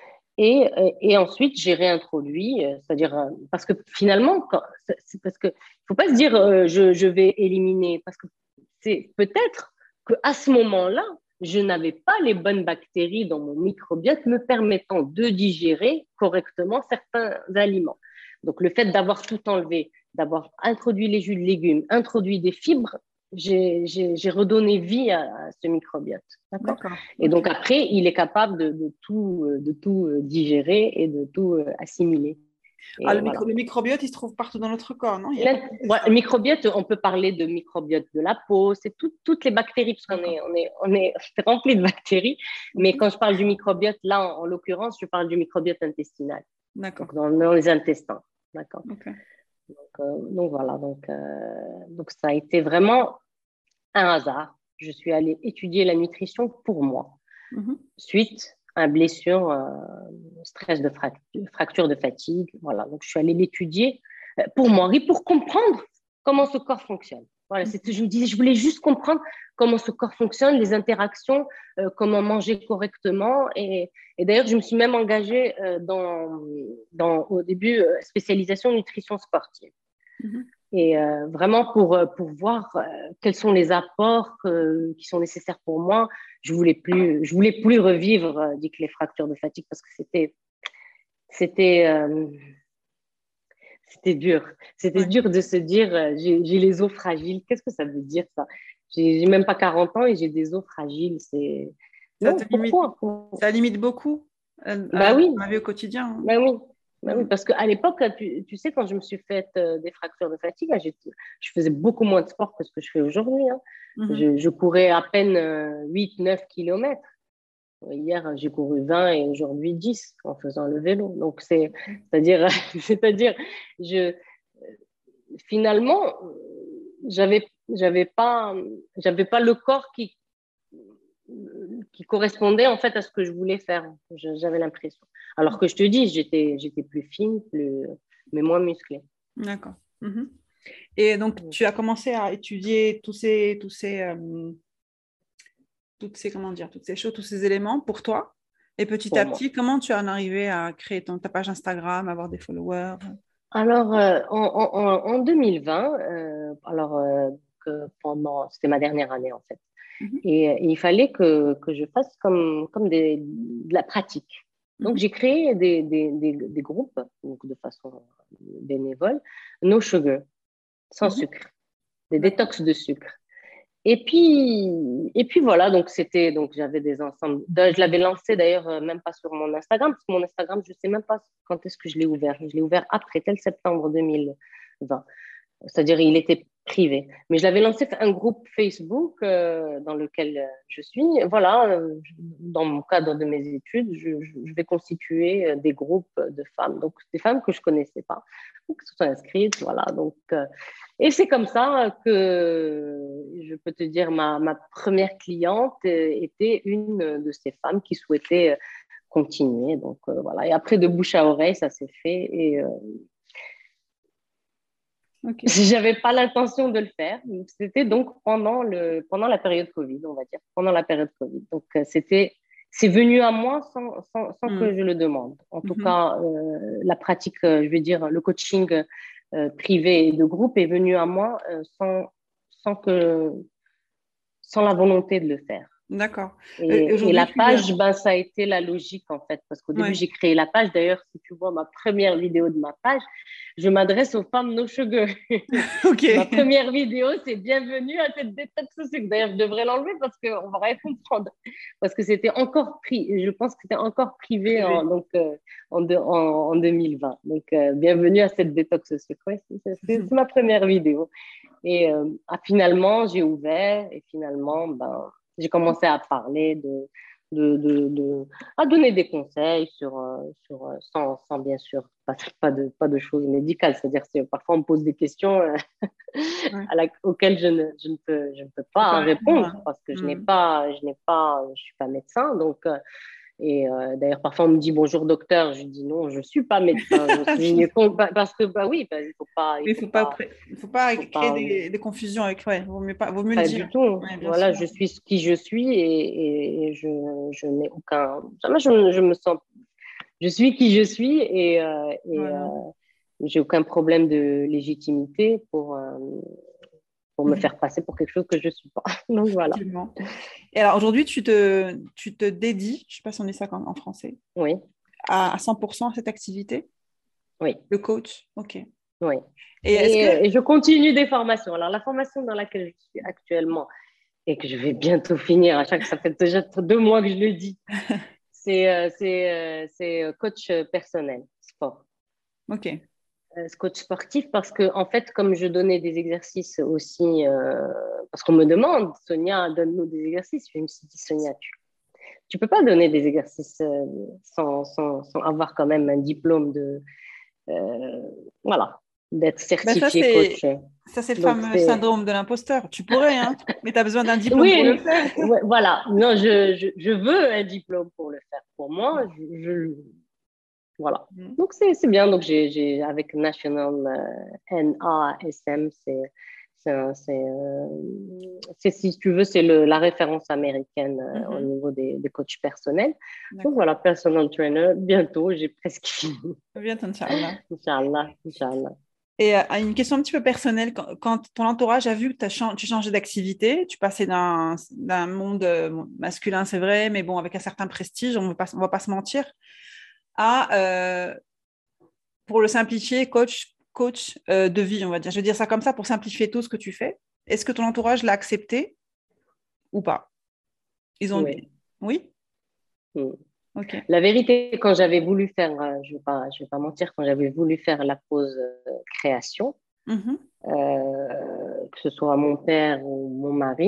Et ensuite, j'ai réintroduit, c'est-à-dire, parce que finalement, c'est parce que faut pas se dire je vais éliminer, parce que c'est peut-être qu'à ce moment-là, je n'avais pas les bonnes bactéries dans mon microbiote me permettant de digérer correctement certains aliments. Donc, le fait d'avoir tout enlevé, d'avoir introduit les jus de légumes, introduit des fibres, j'ai redonné vie à ce microbiote. D'accord. D'accord. Et Ok. donc après, il est capable de tout digérer et de tout assimiler. Ah, Et voilà. le microbiote, il se trouve partout dans notre corps, non? Il n'y a pas que Le ça. microbiote, on peut parler de microbiote de la peau, c'est toutes les bactéries, parce qu'on D'accord. est rempli de bactéries. Mais Ok. quand je parle du microbiote, là, en l'occurrence, je parle du microbiote intestinal, D'accord. donc dans les intestins. D'accord. Ok. Donc voilà, donc ça a été vraiment un hasard. Je suis allée étudier la nutrition pour moi, Mhm. suite une blessure, stress de fracture de fatigue. Voilà, donc je suis allée l'étudier pour moi et pour comprendre comment ce corps fonctionne. Voilà, je me disais, je voulais juste comprendre comment ce corps fonctionne, les interactions, comment manger correctement. Et d'ailleurs, je me suis même engagée au début, spécialisation nutrition sportive. Et vraiment pour voir quels sont les apports qui sont nécessaires pour moi. Je voulais plus revivre les fractures de fatigue parce que c'était dur. C'était dur de se dire j'ai les os fragiles. Qu'est-ce que ça veut dire ça? J'ai même pas 40 ans et j'ai des os fragiles. Non, pourquoi? Ça limite beaucoup Bah oui. ma vie au quotidien. Hein. Bah oui. Bah oui, parce qu'à l'époque, tu sais, quand je me suis faite des fractures de fatigue, je faisais beaucoup moins de sport que ce que je fais aujourd'hui. Hein. Je courais à peine 8-9 kilomètres. Hier, j'ai couru 20 et aujourd'hui 10 en faisant le vélo. Donc, c'est-à-dire, finalement, j'avais pas le corps qui correspondait en fait à ce que je voulais faire. J'avais l'impression. Alors que je te dis, j'étais plus fine, mais moins musclée. D'accord. Et donc, tu as commencé à étudier toutes ces choses, tous ces éléments pour toi. Et petit à petit, comment tu en es arrivé à créer ta page Instagram, avoir des followers? Alors, en 2020, c'était ma dernière année en fait. Et il fallait que je fasse comme de la pratique. Donc, j'ai créé des groupes, donc de façon bénévole, no sugar, sans sucre, des détox de sucre. Et puis voilà, donc j'avais des ensembles. Je l'avais lancé d'ailleurs même pas sur mon Instagram, parce que mon Instagram, je sais même pas quand est-ce que je l'ai ouvert. Je l'ai ouvert après, tel septembre 2020. C'est-à-dire, il était privé. Mais je l'avais lancé un groupe Facebook dans lequel je suis. Voilà, dans mon cadre de mes études, je vais constituer des groupes de femmes. Donc, des femmes que je connaissais pas, qui se sont inscrites. Voilà, donc... et c'est comme ça que je peux te dire, ma première cliente était une de ces femmes qui souhaitait continuer. Donc, voilà. Et après, de bouche à oreille, ça s'est fait. Et j'avais pas l'intention de le faire. C'était donc pendant la période Covid, on va dire, pendant la période Covid. Donc c'est venu à moi sans que je le demande. En tout cas, la pratique, je vais dire, le coaching privé et de groupe est venu à moi sans la volonté de le faire. D'accord. Et la page, ça a été la logique en fait, parce qu'au début, j'ai créé la page. D'ailleurs, si tu vois ma première vidéo de ma page, je m'adresse aux femmes no sugar. Ma première vidéo, c'est bienvenue à cette détox sucre. D'ailleurs, je devrais l'enlever parce qu'on va rien comprendre. Parce que c'était encore je pense que c'était encore privé en 2020. Donc, bienvenue à cette détox sucre. Ouais, c'est ma première vidéo. Et finalement, j'ai ouvert et finalement, j'ai commencé à parler à donner des conseils sans bien sûr pas de choses médicales. C'est-à-dire que parfois on me pose des questions auxquelles je ne peux pas répondre parce que je suis pas médecin. Donc, d'ailleurs, parfois, on me dit bonjour docteur. Je dis non, je ne suis pas médecin. Je suis parce que, oui, il ne faut pas créer des confusions avec. Vaut mieux le dire. Du tout. Voilà, je suis qui je suis et je n'ai aucun. Jamais je me sens. Je suis qui je suis et j'ai aucun problème de légitimité pour me faire passer pour quelque chose que je ne suis pas. Donc voilà. Et alors aujourd'hui, tu te dédies, je ne sais pas si on dit ça en français, oui. à 100% à cette activité? Oui. Le coach, ok. Oui. Et je continue des formations. Alors la formation dans laquelle je suis actuellement et que je vais bientôt finir, ça fait déjà 2 mois que je le dis, c'est coach personnel, sport. Ok. Coach sportif parce que en fait comme je donnais des exercices aussi parce qu'on me demande Sonia donne-nous des exercices, je me suis dit Sonia tu peux pas donner des exercices sans avoir quand même un diplôme de voilà, d'être Ben ça, certifiée coach. c'est le Donc, fameux syndrome de l'imposteur. Tu pourrais, hein, mais tu as besoin d'un diplôme pour le oui, faire. ouais, voilà. Non, je veux un diplôme pour le faire. Pour moi, voilà. Mhm. Donc, c'est bien. Donc, avec National NASM, si tu veux, c'est la référence américaine au Mhm. niveau des coachs personnels. Donc, D'accord. voilà, personal trainer, bientôt, j'ai presque fini. Bien, Inch'Allah. Inch'Allah, Inch'Allah. Et une question un petit peu personnelle, quand ton entourage a vu que tu changeais d'activité, tu passais d'un monde masculin, c'est vrai, mais bon, avec un certain prestige, on va pas se mentir, à, pour le simplifier, coach de vie, on va dire. Je veux dire ça comme ça pour simplifier tout ce que tu fais. Est-ce que ton entourage l'a accepté ou pas? Ils ont Oui. dit oui? Mm. Ok. La vérité, quand j'avais voulu faire, je vais pas mentir, quand j'avais voulu faire la pause création, Mhm. que ce soit mon père ou mon mari,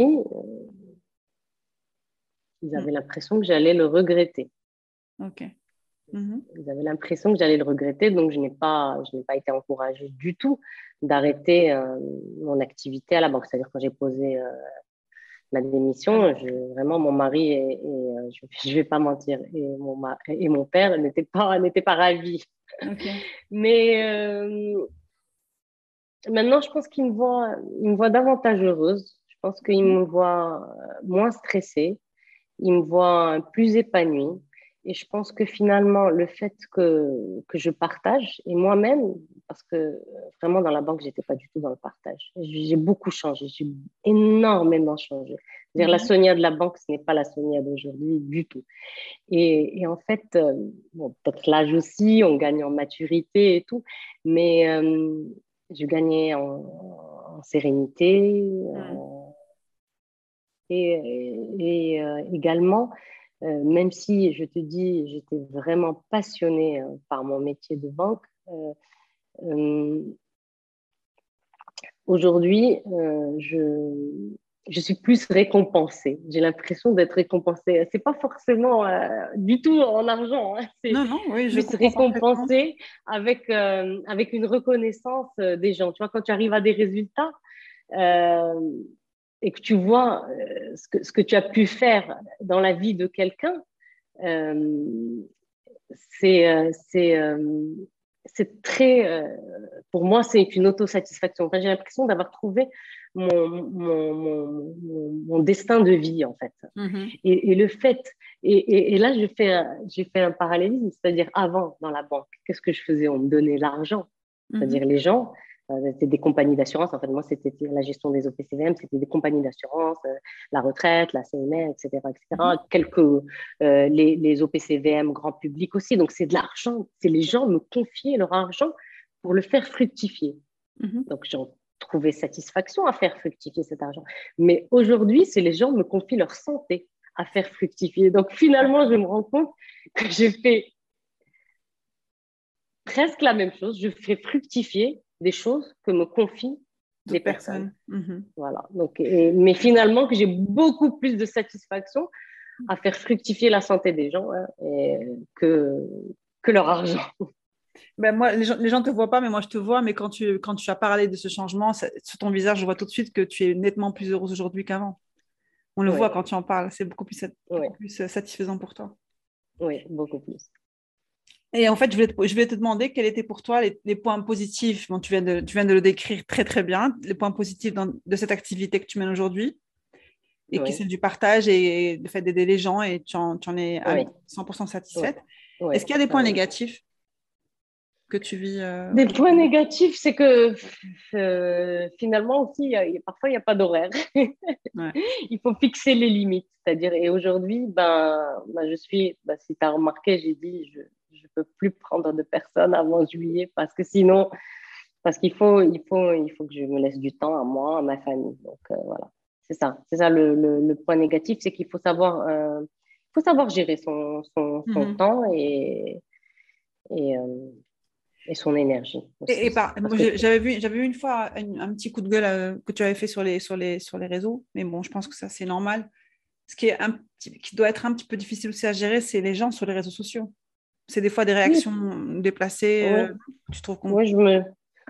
ils Mm. avaient l'impression que j'allais le regretter. Ok. Mhm. Ils avaient l'impression que j'allais le regretter, donc je n'ai pas été encouragée du tout d'arrêter mon activité à la banque. C'est-à-dire quand j'ai posé ma démission, vraiment mon mari je vais pas mentir, et mon père n'étaient pas ravis. Ok. Mais maintenant, je pense il me voit davantage heureuse. Je pense qu'il Mhm. me voit moins stressée. Il me voit plus épanouie. Et je pense que finalement, le fait que je partage, et moi-même, parce que vraiment dans la banque, j'étais pas du tout dans le partage. J'ai beaucoup changé, j'ai énormément changé. C'est-à-dire la Mhm. Sonia de la banque, ce n'est pas la Sonia d'aujourd'hui du tout. Et en fait, bon, peut-être l'âge aussi, on gagne en maturité et tout, mais je gagnais en sérénité, Mm. également, même si je te dis, j'étais vraiment passionnée par mon métier de banque, euh, aujourd'hui, je suis plus récompensée. J'ai l'impression d'être récompensée. C'est pas forcément du tout en argent, hein, c'est Non, non, oui, je plus comprends parfaitement. récompensée avec une reconnaissance des gens. Tu vois, quand tu arrives à des résultats, euh, et que tu vois ce que tu as pu faire dans la vie de quelqu'un, euh, c'est euh, c'est euh, c'est très, pour moi, c'est une autosatisfaction. Enfin, j'ai l'impression d'avoir trouvé mon destin de vie, en fait. Mhm. Et le fait, et là, j'ai fait un parallélisme, c'est-à-dire avant, dans la banque, qu'est-ce que je faisais? On me donnait l'argent. C'est-à-dire Mhm. les gens, c'était des compagnies d'assurance. En fait, moi, c'était la gestion des OPCVM, c'était des compagnies d'assurance, la retraite, la CNR, etc., Mhm. etc. Quelques, les OPCVM grand public aussi. Donc, c'est de l'argent. C'est les gens me confiaient leur argent pour le faire fructifier. Mhm. Donc, j'en trouvais satisfaction à faire fructifier cet argent. Mais aujourd'hui, c'est les gens me confient leur santé à faire fructifier. Donc, finalement, je me rends compte que j'ai fait presque la même chose. Je fais fructifier des choses que me confient des D'autres personnes. personnes. Mhm. Voilà. Donc, mais finalement, que j'ai beaucoup plus de satisfaction à faire fructifier la santé des gens hein, que leur argent. Ben moi, les gens te voient pas, mais moi je te vois. Mais quand tu as parlé de ce changement, sur ton visage, je vois tout de suite que tu es nettement plus heureuse aujourd'hui qu'avant. On le voit Oui, quand tu en parles. C'est oui, beaucoup plus satisfaisant pour toi. oui, beaucoup plus. Et en fait, je voulais te demander quels étaient pour toi les points positifs. Bon, tu viens de le décrire très, très bien. Les points positifs de cette activité que tu mènes aujourd'hui et qui est Oui, celle du partage et le fait d'aider les gens et tu en es à oui, 100% oui, satisfaite. oui, Est-ce qu'il y a des points oui. négatifs que tu vis Des points aujourd'hui? négatifs, c'est que finalement aussi, parfois, il n'y a pas d'horaire. Ouais. Il faut fixer les limites. C'est-à-dire, et aujourd'hui, je suis, si tu as remarqué, j'ai dit, je ne peux plus prendre de personnes avant juillet parce que sinon, parce il faut que je me laisse du temps à moi, à ma famille. Donc, voilà. C'est ça le point négatif, c'est qu'il faut savoir gérer son Mhm. temps et, euh, et son énergie aussi. Parce Moi, que, j'avais vu une fois un petit coup de gueule que tu avais fait sur les réseaux, mais bon, je pense que ça, c'est normal. Ce qui est qui doit être un petit peu difficile aussi à gérer, c'est les gens sur les réseaux sociaux. C'est des fois des oui, réactions déplacées. oui, Tu trouves qu'on... oui,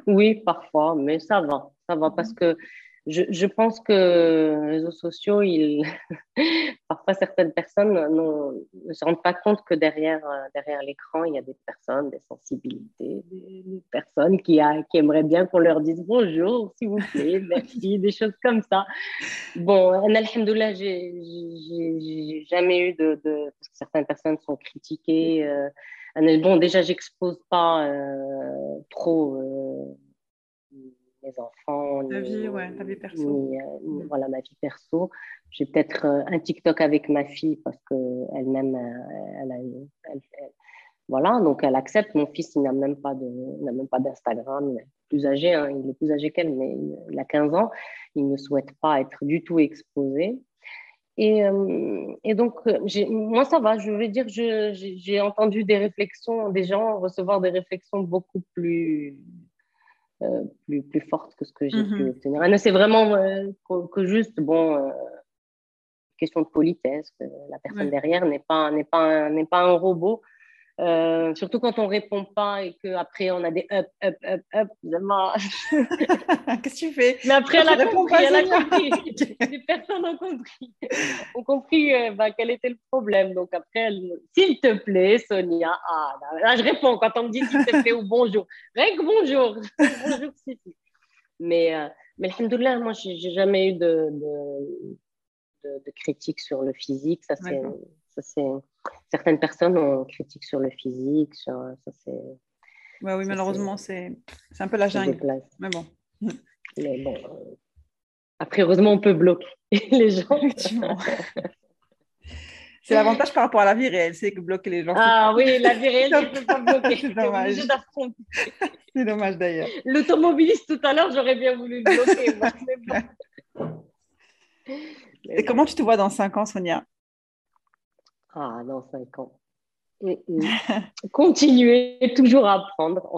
Oui, parfois, mais ça va parce que je pense que les réseaux sociaux, parfois certaines personnes ne se rendent pas compte que derrière l'écran, il y a des personnes, des sensibilités, des personnes qui aimeraient bien qu'on leur dise bonjour, s'il vous plaît, merci, des choses comme ça. Bon, alhamdoulilah, j'ai jamais eu parce que certaines personnes sont critiquées. Bon, déjà, j'expose pas trop mes enfants, Ta vie, ouais, ta vie perso. voilà, ma vie perso. J'ai peut-être un TikTok avec ma fille parce que elle-même, voilà, donc elle accepte. Mon fils, il n'a même pas d'Instagram. Il est plus âgé, hein, il est plus âgé qu'elle, mais il a 15 ans. Il ne souhaite pas être du tout exposé. Et donc, moi, ça va. Je veux dire, j'ai entendu des réflexions, des gens recevoir des réflexions beaucoup plus fortes que ce que j'ai pu Mhm. obtenir. Ah, non, c'est vraiment que juste, bon, question de politesse, que la personne Ouais. derrière n'est pas un robot. Surtout quand on répond pas et qu'après on a des up, up, up, up. Vraiment. Qu'est-ce que tu fais? Mais après, Pourquoi tu réponds pas, elle a Sonia? compris. Les personnes ont compris quel était le problème. Donc après, s'il te plaît, Sonia. Ah, là, je réponds quand on me dit s'il te plaît ou bonjour. Rien que bonjour. Bonjour, si. Mais, euh, mais alhamdoulilah, moi, j'ai jamais eu de critiques sur le physique. D'accord. Certaines personnes ont critique sur le physique. Ouais, oui, Ça, c'est, malheureusement, c'est un peu la se jungle. déplace. Mais bon, Mais bon, après, heureusement, on peut bloquer les gens. effectivement. C'est l'avantage par rapport à la vie réelle, c'est que bloquer les gens, c'est Ah oui, la vie réelle, tu top. peux pas bloquer. C'est Tu es dommage. obligé d'affronter. C'est dommage d'ailleurs. L'automobiliste, tout à l'heure, j'aurais bien voulu le bloquer, moi. Mais bon. Mais Et bon. comment tu te vois dans 5 ans, Sonia? Ah, dans 5 ans. Continuer toujours à apprendre.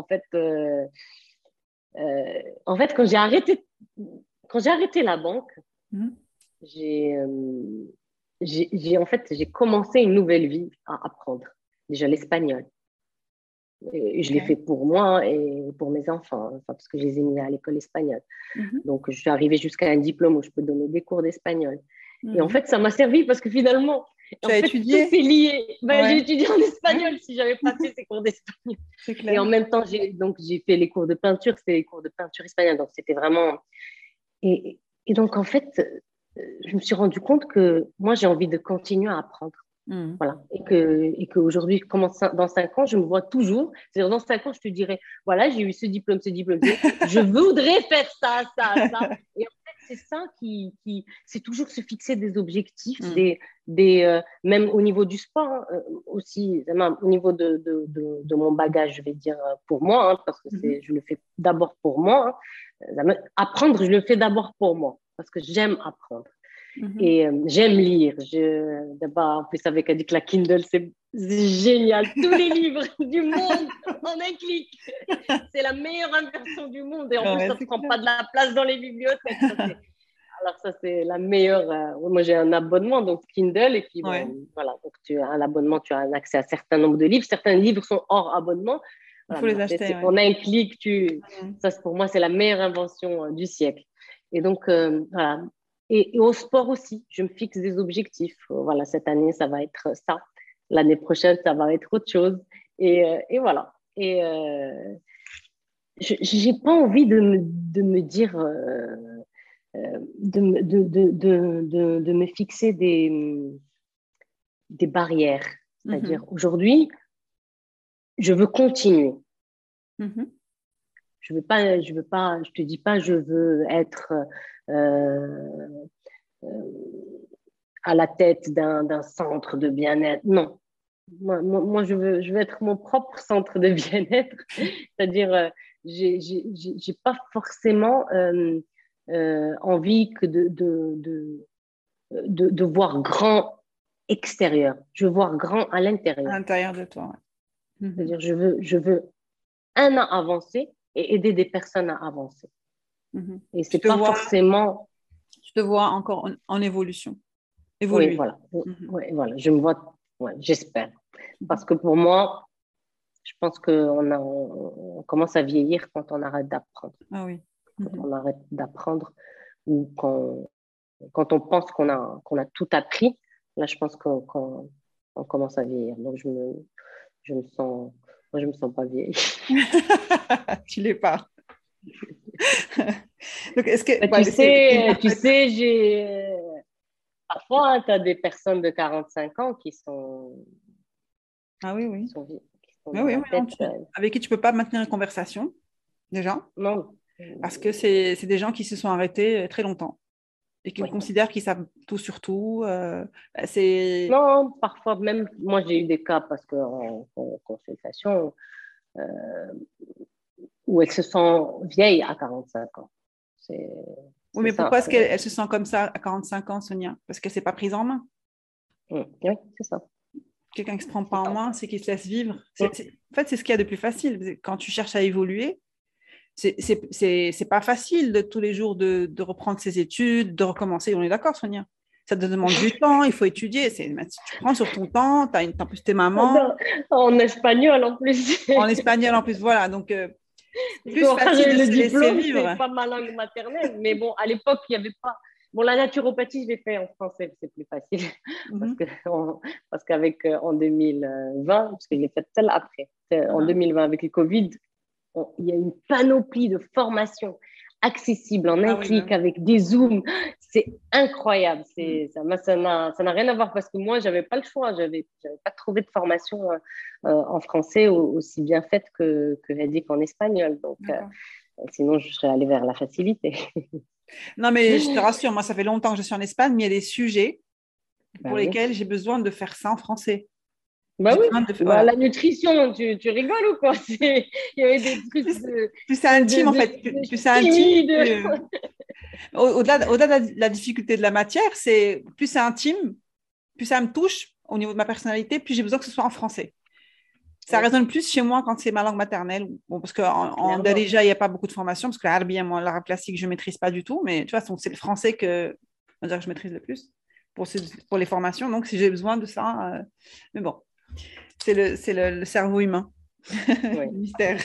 En fait, quand j'ai arrêté la banque, Mhm. j'ai, euh, en fait, j'ai commencé une nouvelle vie à apprendre. Déjà l'espagnol. Et je l'ai fait Ok. pour moi et pour mes enfants, hein, enfin, parce que je les ai mis à l'école espagnole. Mhm. Donc, je suis arrivée jusqu'à un diplôme où je peux donner des cours d'espagnol. Et en Mhm. fait, ça m'a servi parce que finalement, Tu en as fait, tout est étudié? lié. Ben, j'ai Ouais, étudié en ouais, espagnol si j'avais pas fait ces cours d'espagnol. c'est Et clair. en même temps, j'ai fait les cours de peinture, c'était les cours de peinture espagnole. Donc, c'était vraiment. Et donc, en fait, je me suis rendu compte que moi, j'ai envie de continuer à apprendre. Mhm. Voilà. Et qu'aujourd'hui, dans 5 ans, je me vois toujours. C'est-à-dire, dans 5 ans, je te dirais, voilà, j'ai eu ce diplôme, ce diplôme. Je voudrais faire ça, ça, ça. Et en fait, c'est ça c'est toujours se fixer des objectifs, Mhm. même au niveau du sport, hein, aussi, même au niveau de mon bagage, je vais dire, pour moi, hein, parce que Mhm. je le fais d'abord pour moi. Hein. Apprendre, je le fais d'abord pour moi, parce que j'aime apprendre. Mhm. Et j'aime lire. D'abord, en plus, avec la Kindle, c'est génial. Tous les livres du monde en un clic. C'est la meilleure inversion du monde. Et en plus, Ouais, ça ne c'est prend clair. pas de la place dans les bibliothèques. Alors, ça, c'est la meilleure. Moi, j'ai un abonnement, donc Kindle. Et puis, Ouais, bon, voilà. Donc, tu as un abonnement, tu as un accès à un certain nombre de livres. Certains livres sont hors abonnement. il Voilà, faut mais les après, acheter, c'est ouais. en un clic, Mhm. ça, pour moi, c'est la meilleure invention du siècle. Et donc, voilà. Et au sport aussi, je me fixe des objectifs. Voilà, cette année, ça va être ça. L'année prochaine, ça va être autre chose. Et voilà. Et j'ai pas envie de me dire, de me fixer des barrières. C'est-à-dire, Mhm. aujourd'hui, je veux continuer. Mhm. Je te dis pas, je veux être euh, à la tête d'un centre de bien-être. Non. Moi, je veux être mon propre centre de bien-être. C'est-à-dire, j'ai pas forcément envie que de voir grand extérieur. Je veux voir grand à À l'intérieur. l'intérieur de toi, ouais. Mhm. C'est-à-dire, je veux un à avancer et aider des personnes à avancer. Mhm. Et c'est pas forcément. Tu te vois encore en évolution, Oui, évoluer. voilà. Mhm. Oui, voilà. Je me vois, ouais, j'espère. Mhm. Parce que pour moi, pense qu'on commence à vieillir quand on arrête d'apprendre. Ah oui. Quand on arrête d'apprendre ou quand on pense qu'on a tout appris, là, je pense qu'on commence à vieillir. Donc, je me sens, moi, je me sens pas vieille. Tu l'es pas. Donc, est-ce que Tu sais, parfois, hein, tu as des personnes de 45 ans qui sont, ah oui, oui. qui sont, qui sont Oui, dans oui, la oui, non, tête. avec qui tu peux pas maintenir une conversation, déjà, Non. parce que c'est des gens qui se sont arrêtés très longtemps et qui Oui. considèrent qu'ils savent tout sur tout. C'est... Non, parfois même, moi j'ai eu des cas parce qu'en consultation, euh, où elles se sentent vieilles à 45 ans. C'est, Oui, c'est mais pourquoi ça. est-ce qu'elle se sent comme ça à 45 ans, Sonia? Parce qu'elle ne s'est pas prise en main. Oui, c'est ça. Quelqu'un qui ne se prend pas C'est en ça. main, c'est qu'il se laisse vivre. Mm. En fait, c'est ce qu'il y a de plus facile. Quand tu cherches à évoluer, c'est pas facile de tous les jours de reprendre ses études, de recommencer. On est d'accord, Sonia? Ça te demande du temps, il faut étudier. Tu prends sur ton temps, en plus, t'es maman. En espagnol en plus. En espagnol, en plus, voilà. Donc, c'est Parce que plus moi, facile j'ai de le se laisser diplôme, c'est vivre. pas ma langue maternelle. Mais bon, à l'époque, il n'y avait pas. Bon, la naturopathie, je l'ai fait en français, c'est plus facile. Parce Mhm. que parce qu'avec en 2020, parce que je l'ai fait celle après, en Mhm. 2020 avec le Covid, il y a une panoplie de formations accessibles en un Ah oui, bah clic oui. avec des zooms. C'est incroyable. Mhm. Ça n'a rien à voir parce que moi, j'avais pas le choix. J'avais pas trouvé de formation en français aussi bien faite que Reddick en espagnol. Donc, D'accord. sinon, je serais allée vers la facilité. Non, mais je te rassure, moi, ça fait longtemps que je suis en Espagne, mais il y a des sujets pour Ben oui. lesquels j'ai besoin de faire ça en français. Bah J'ai oui, besoin de bah, voilà. la nutrition, tu rigoles ou quoi? Il y avait des trucs Plus, plus c'est intime, en fait. Plus de c'est intime, chimie, de... au-delà de la difficulté de la matière, c'est plus c'est intime, plus ça me touche au niveau de ma personnalité, plus j'ai besoin que ce soit en français. Ça Oui, résonne plus chez moi quand c'est ma langue maternelle. Bon, parce qu'en clairement. Darija, il n'y a pas beaucoup de formation, parce que l'arabe, moi, l'arabe classique, je ne maîtrise pas du tout, mais tu vois, c'est le français on va dire, que je maîtrise le plus pour les formations. Donc, si j'ai besoin de ça, mais bon, le cerveau humain, Oui. le mystère.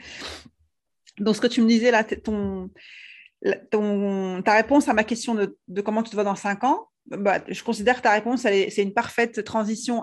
Donc, ce que tu me disais là, ta réponse à ma question de comment tu te vois dans 5 ans, bah, je considère que ta réponse, c'est une parfaite transition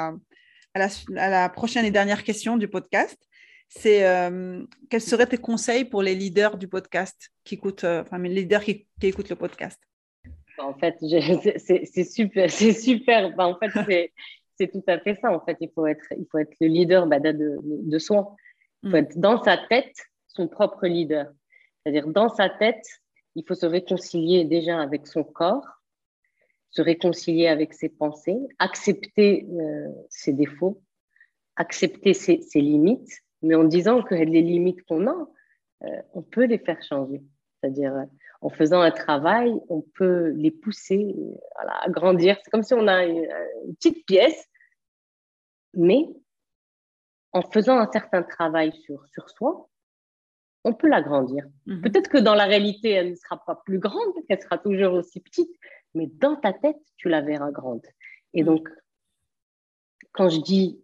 à la prochaine et dernière question du podcast. C'est quels seraient tes conseils pour les leaders du podcast qui écoutent, enfin, les leaders qui écoutent le podcast? En fait, c'est super, c'est super. Bah, en fait, c'est tout à fait ça. En fait, il faut être le leader de soi. Il faut Mm. être dans sa tête son propre leader. C'est-à-dire, dans sa tête, il faut se réconcilier déjà avec son corps, se réconcilier avec ses pensées, accepter ses défauts, accepter ses limites, mais en disant que les limites qu'on a, on peut les faire changer. C'est-à-dire, en faisant un travail, on peut les pousser voilà, à grandir. C'est comme si on a une petite pièce, mais en faisant un certain travail sur soi, on peut l'agrandir. Mhm. Peut-être que dans la réalité, elle ne sera pas plus grande, qu'elle sera toujours aussi petite, mais dans ta tête, tu la verras grande. Et Mm. donc, quand je dis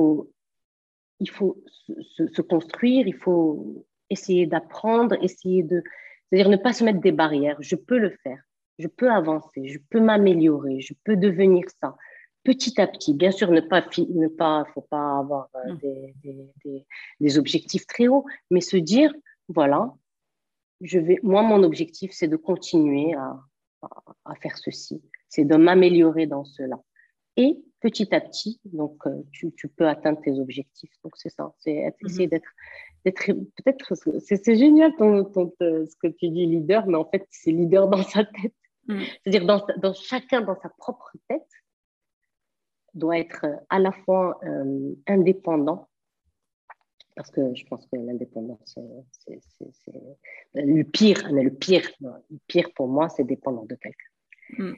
il faut se construire, il faut essayer d'apprendre, c'est-à-dire ne pas se mettre des barrières. Je peux le faire, je peux avancer, je peux m'améliorer, je peux devenir ça. Petit à petit, bien sûr, faut pas avoir Mm. des objectifs très hauts, mais se dire, voilà, moi, mon objectif, c'est de continuer à faire ceci, c'est de m'améliorer dans cela. Et petit à petit, donc, tu peux atteindre tes objectifs. Donc, c'est ça, essayer Mhm. peut-être, c'est génial ce que tu dis leader, mais en fait, c'est leader dans sa tête. Mm. C'est-à-dire, chacun dans sa propre tête doit être à la fois indépendant, parce que je pense que l'indépendance, c'est le pire, mais le pire pour moi, c'est dépendant de quelqu'un. Mm.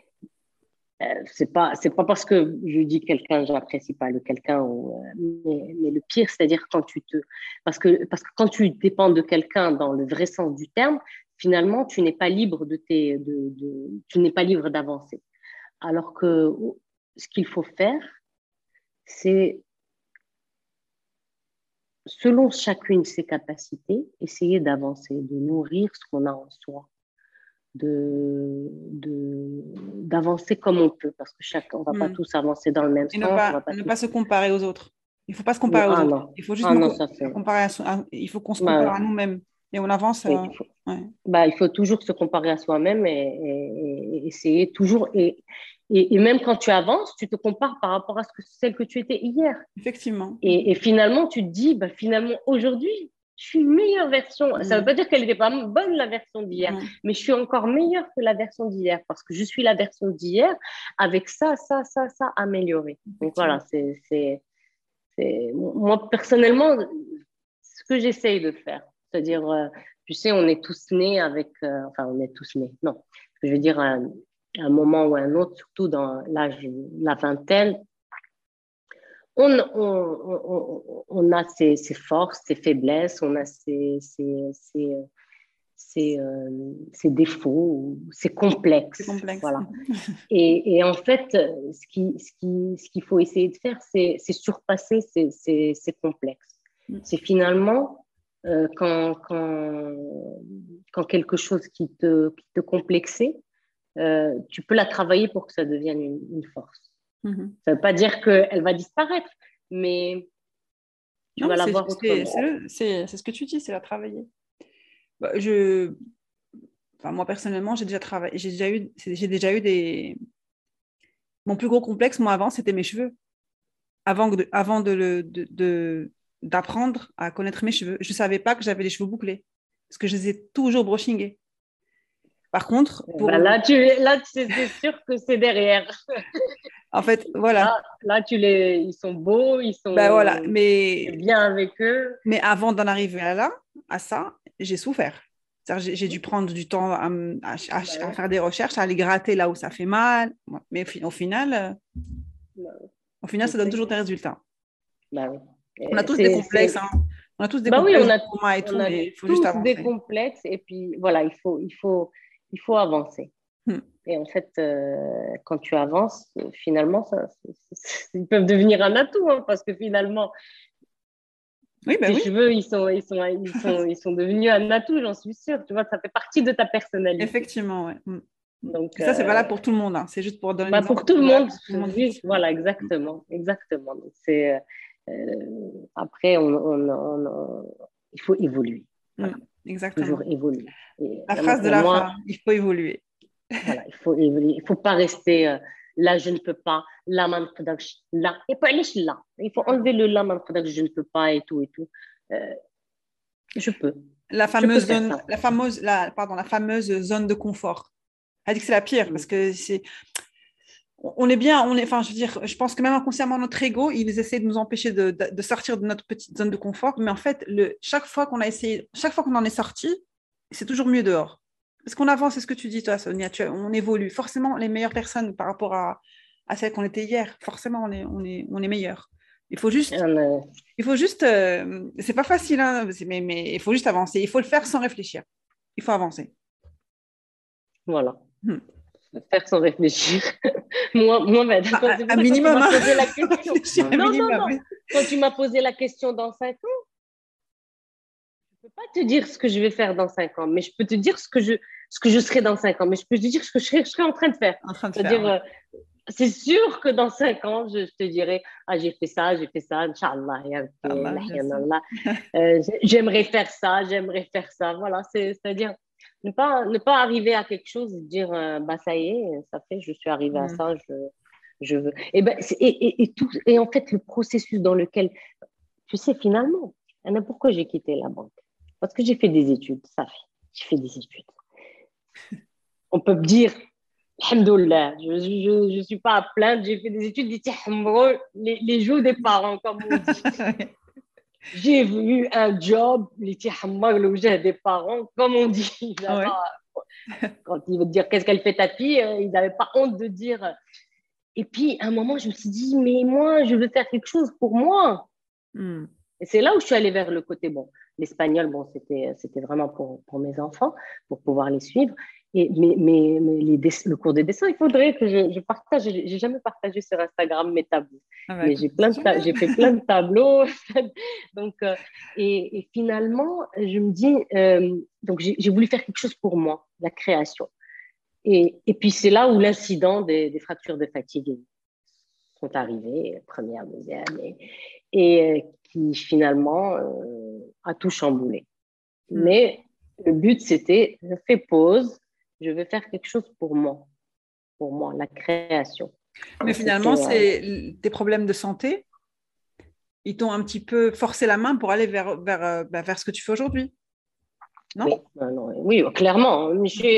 C'est pas parce que je dis quelqu'un, j'apprécie pas le quelqu'un, mais le pire, c'est-à-dire parce que quand tu dépends de quelqu'un dans le vrai sens du terme, finalement, tu n'es pas libre tu n'es pas libre d'avancer. Alors que ce qu'il faut faire, c'est selon chacune ses capacités, essayer d'avancer, de nourrir ce qu'on a en soi, d'avancer comme on peut, parce que on ne va pas tous avancer dans le même Et sens. On va pas ne tous... pas se comparer aux autres. Il ne faut pas se comparer aux Ah autres. non, Il faut juste ah non, ça se fait... comparer il faut qu'on se Bah, compare à nous-mêmes. Et on avance. oui, Ouais. il faut toujours se comparer à soi-même et essayer toujours. Et même quand tu avances, tu te compares par rapport à celle que tu étais hier. Effectivement. Et finalement, tu te dis, finalement, aujourd'hui, je suis une meilleure version. Ça ne veut pas dire qu'elle n'était pas bonne, la version d'hier, mais je suis encore meilleure que la version d'hier parce que je suis la version d'hier avec ça amélioré. Donc voilà, moi, personnellement, ce que j'essaye de faire. C'est-à-dire, tu sais, on est tous nés avec... on est tous nés, non. Je veux dire, à un moment ou à un autre, surtout dans l'âge, la vingtaine, on a ses forces, ses faiblesses, on a ses défauts, ses complexes. C'est complexe. Voilà. Et en fait, ce qu'il faut essayer de faire, c'est surpasser ces complexes. C'est finalement quand quelque chose qui te complexait, tu peux la travailler pour que ça devienne une force. Ça ne veut pas dire qu'elle va disparaître, mais tu vas la voir autrement. C'est ce que tu dis, c'est la travailler. Moi, personnellement, j'ai déjà eu des... Mon plus gros complexe, moi, avant, c'était mes cheveux. Avant d'apprendre à connaître mes cheveux, je ne savais pas que j'avais les cheveux bouclés parce que je les ai toujours brushingés. Par contre, là, c'est sûr que c'est derrière. En fait, voilà. Là, ils sont beaux, ils sont voilà. Mais bien avec eux. Mais avant d'en arriver à ça, j'ai souffert. J'ai dû prendre du temps à faire des recherches, à aller gratter là où ça fait mal. Mais au final, ça donne toujours des résultats. Bah oui. On a tous des complexes. Hein. On a tous des complexes et tout, mais il faut juste avancer. Des complexes et puis voilà, il faut avancer. Et en fait, quand tu avances, finalement, ils peuvent devenir un atout hein, parce que finalement, tes cheveux, ils sont devenus un atout, j'en suis sûre. Tu vois, ça fait partie de ta personnalité. Effectivement, ouais. Donc, et ça, c'est valable pour tout le monde. Hein. C'est juste pour donner pour tout le monde. Oui, voilà, exactement. Donc, après, il faut évoluer. Voilà. Exactement. Toujours évoluer. La phrase de la fin, il faut évoluer. Voilà, il faut évoluer. Il ne faut pas rester là, je ne peux pas, là, là. Et pas là. Il faut enlever le là, je ne peux pas et tout. Je peux. La fameuse zone de confort. Elle dit que c'est la pire parce que on est bien, je veux dire, je pense que même inconsciemment, notre ego, ils essaient de nous empêcher de sortir de notre petite zone de confort. Mais en fait, chaque fois qu'on en est sorti, c'est toujours mieux dehors. Parce qu'on avance, c'est ce que tu dis, toi, Sonia, on évolue. Forcément, les meilleures personnes par rapport à celles qu'on était hier, forcément, on est meilleurs. Il faut juste, c'est pas facile, hein, mais il faut juste avancer. Il faut le faire sans réfléchir. Il faut avancer. Voilà. Faire sans réfléchir. moi, un minimum. Quand tu m'as posé la question. Non. Quand tu m'as posé la question dans 5 ans, je ne peux pas te dire ce que je vais faire dans 5 ans, mais je peux te dire ce que je serai dans 5 ans, mais je peux te dire ce que je serai en train de faire. C'est-à-dire, c'est sûr que dans 5 ans, je te dirai, j'ai fait ça, Inch'Allah, j'aimerais faire ça. Voilà, c'est-à-dire ne pas arriver à quelque chose et dire, ça y est, ça fait, je suis arrivée à ça, je veux. Et en fait, le processus dans lequel, tu sais, finalement, pourquoi j'ai quitté la banque? Parce que j'ai fait des études, ça fait. J'ai fait des études. On peut me dire, alhamdoulilah, je ne suis pas à plaindre, j'ai fait des études, les jours des parents, comme on dit. J'ai eu un job, le j'ai des parents, comme on dit. Quand ils vont te dire qu'est-ce qu'elle fait ta fille, ils n'avaient pas honte de dire. Et puis, à un moment, je me suis dit, mais moi, je veux faire quelque chose pour moi. Et c'est là où je suis allée vers le côté, l'espagnol, c'était vraiment pour mes enfants, pour pouvoir les suivre. Le cours de dessin, il faudrait que je partage. J'ai jamais partagé sur Instagram mes tableaux. Mais j'ai fait plein de tableaux. Donc, et finalement, je me dis, donc j'ai voulu faire quelque chose pour moi, la création. Et puis, c'est là où l'incident des fractures de fatigue sont arrivées, première, deuxième, et qui finalement a tout chamboulé. Mais le but, c'était, je fais pause, je vais faire quelque chose pour moi, la création. Mais finalement, c'est tes problèmes de santé, ils t'ont un petit peu forcé la main pour aller vers ce que tu fais aujourd'hui, non? Oui, clairement.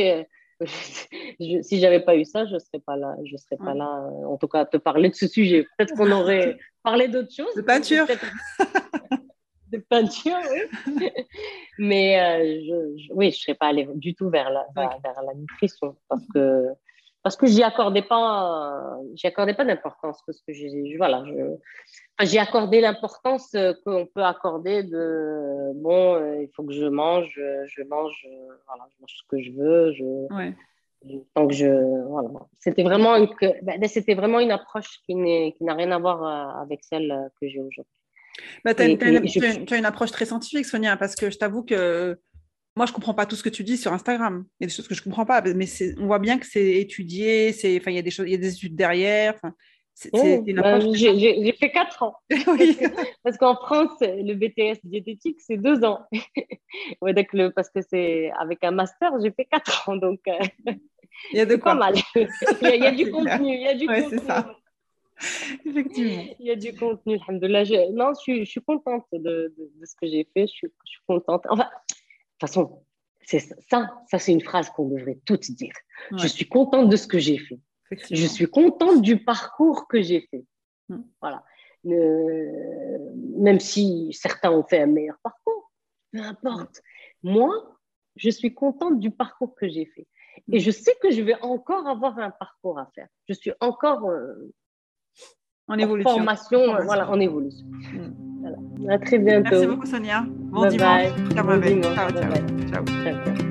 Si j'avais pas eu ça, je serais pas là. Je serais pas là, en tout cas, à te parler de ce sujet. Peut-être qu'on aurait parlé d'autres choses. De peinture. De peinture, oui. Mais oui, je serais pas allée du tout vers la nutrition parce que j'y accordais pas d'importance parce que j'ai accordé l'importance qu'on peut accorder de il faut que je mange, voilà, je mange ce que je veux, tant que voilà. C'était vraiment une approche qui n'a rien à voir avec celle que j'ai aujourd'hui. Tu as une approche très scientifique, Sonia, parce que je t'avoue que moi, je ne comprends pas tout ce que tu dis sur Instagram. Il y a des choses que je ne comprends pas, mais on voit bien que c'est étudié, il y a des choses, il y a des études derrière. J'ai fait 4 ans. Oui. Parce qu'en France, le BTS diététique, c'est 2 ans. Ouais, parce que c'est avec un master, j'ai fait 4 ans. Donc, il y a de quoi. Pas mal. Il y a du contenu. Il y a du contenu. C'est ça. Effectivement. Il y a du contenu, alhamdoulilah. Je suis contente de ce que j'ai fait. Je suis contente. Enfin, de toute façon, c'est une phrase qu'on devrait toutes dire. Ouais. Je suis contente de ce que j'ai fait. Je suis contente du parcours que j'ai fait. Voilà. Même si certains ont fait un meilleur parcours, peu importe. Moi, je suis contente du parcours que j'ai fait. Et je sais que je vais encore avoir un parcours à faire. Je suis encore en évolution. Formation, voilà, en évolution. Voilà. À très bientôt. Merci beaucoup, Sonia. Bon dimanche. Ciao.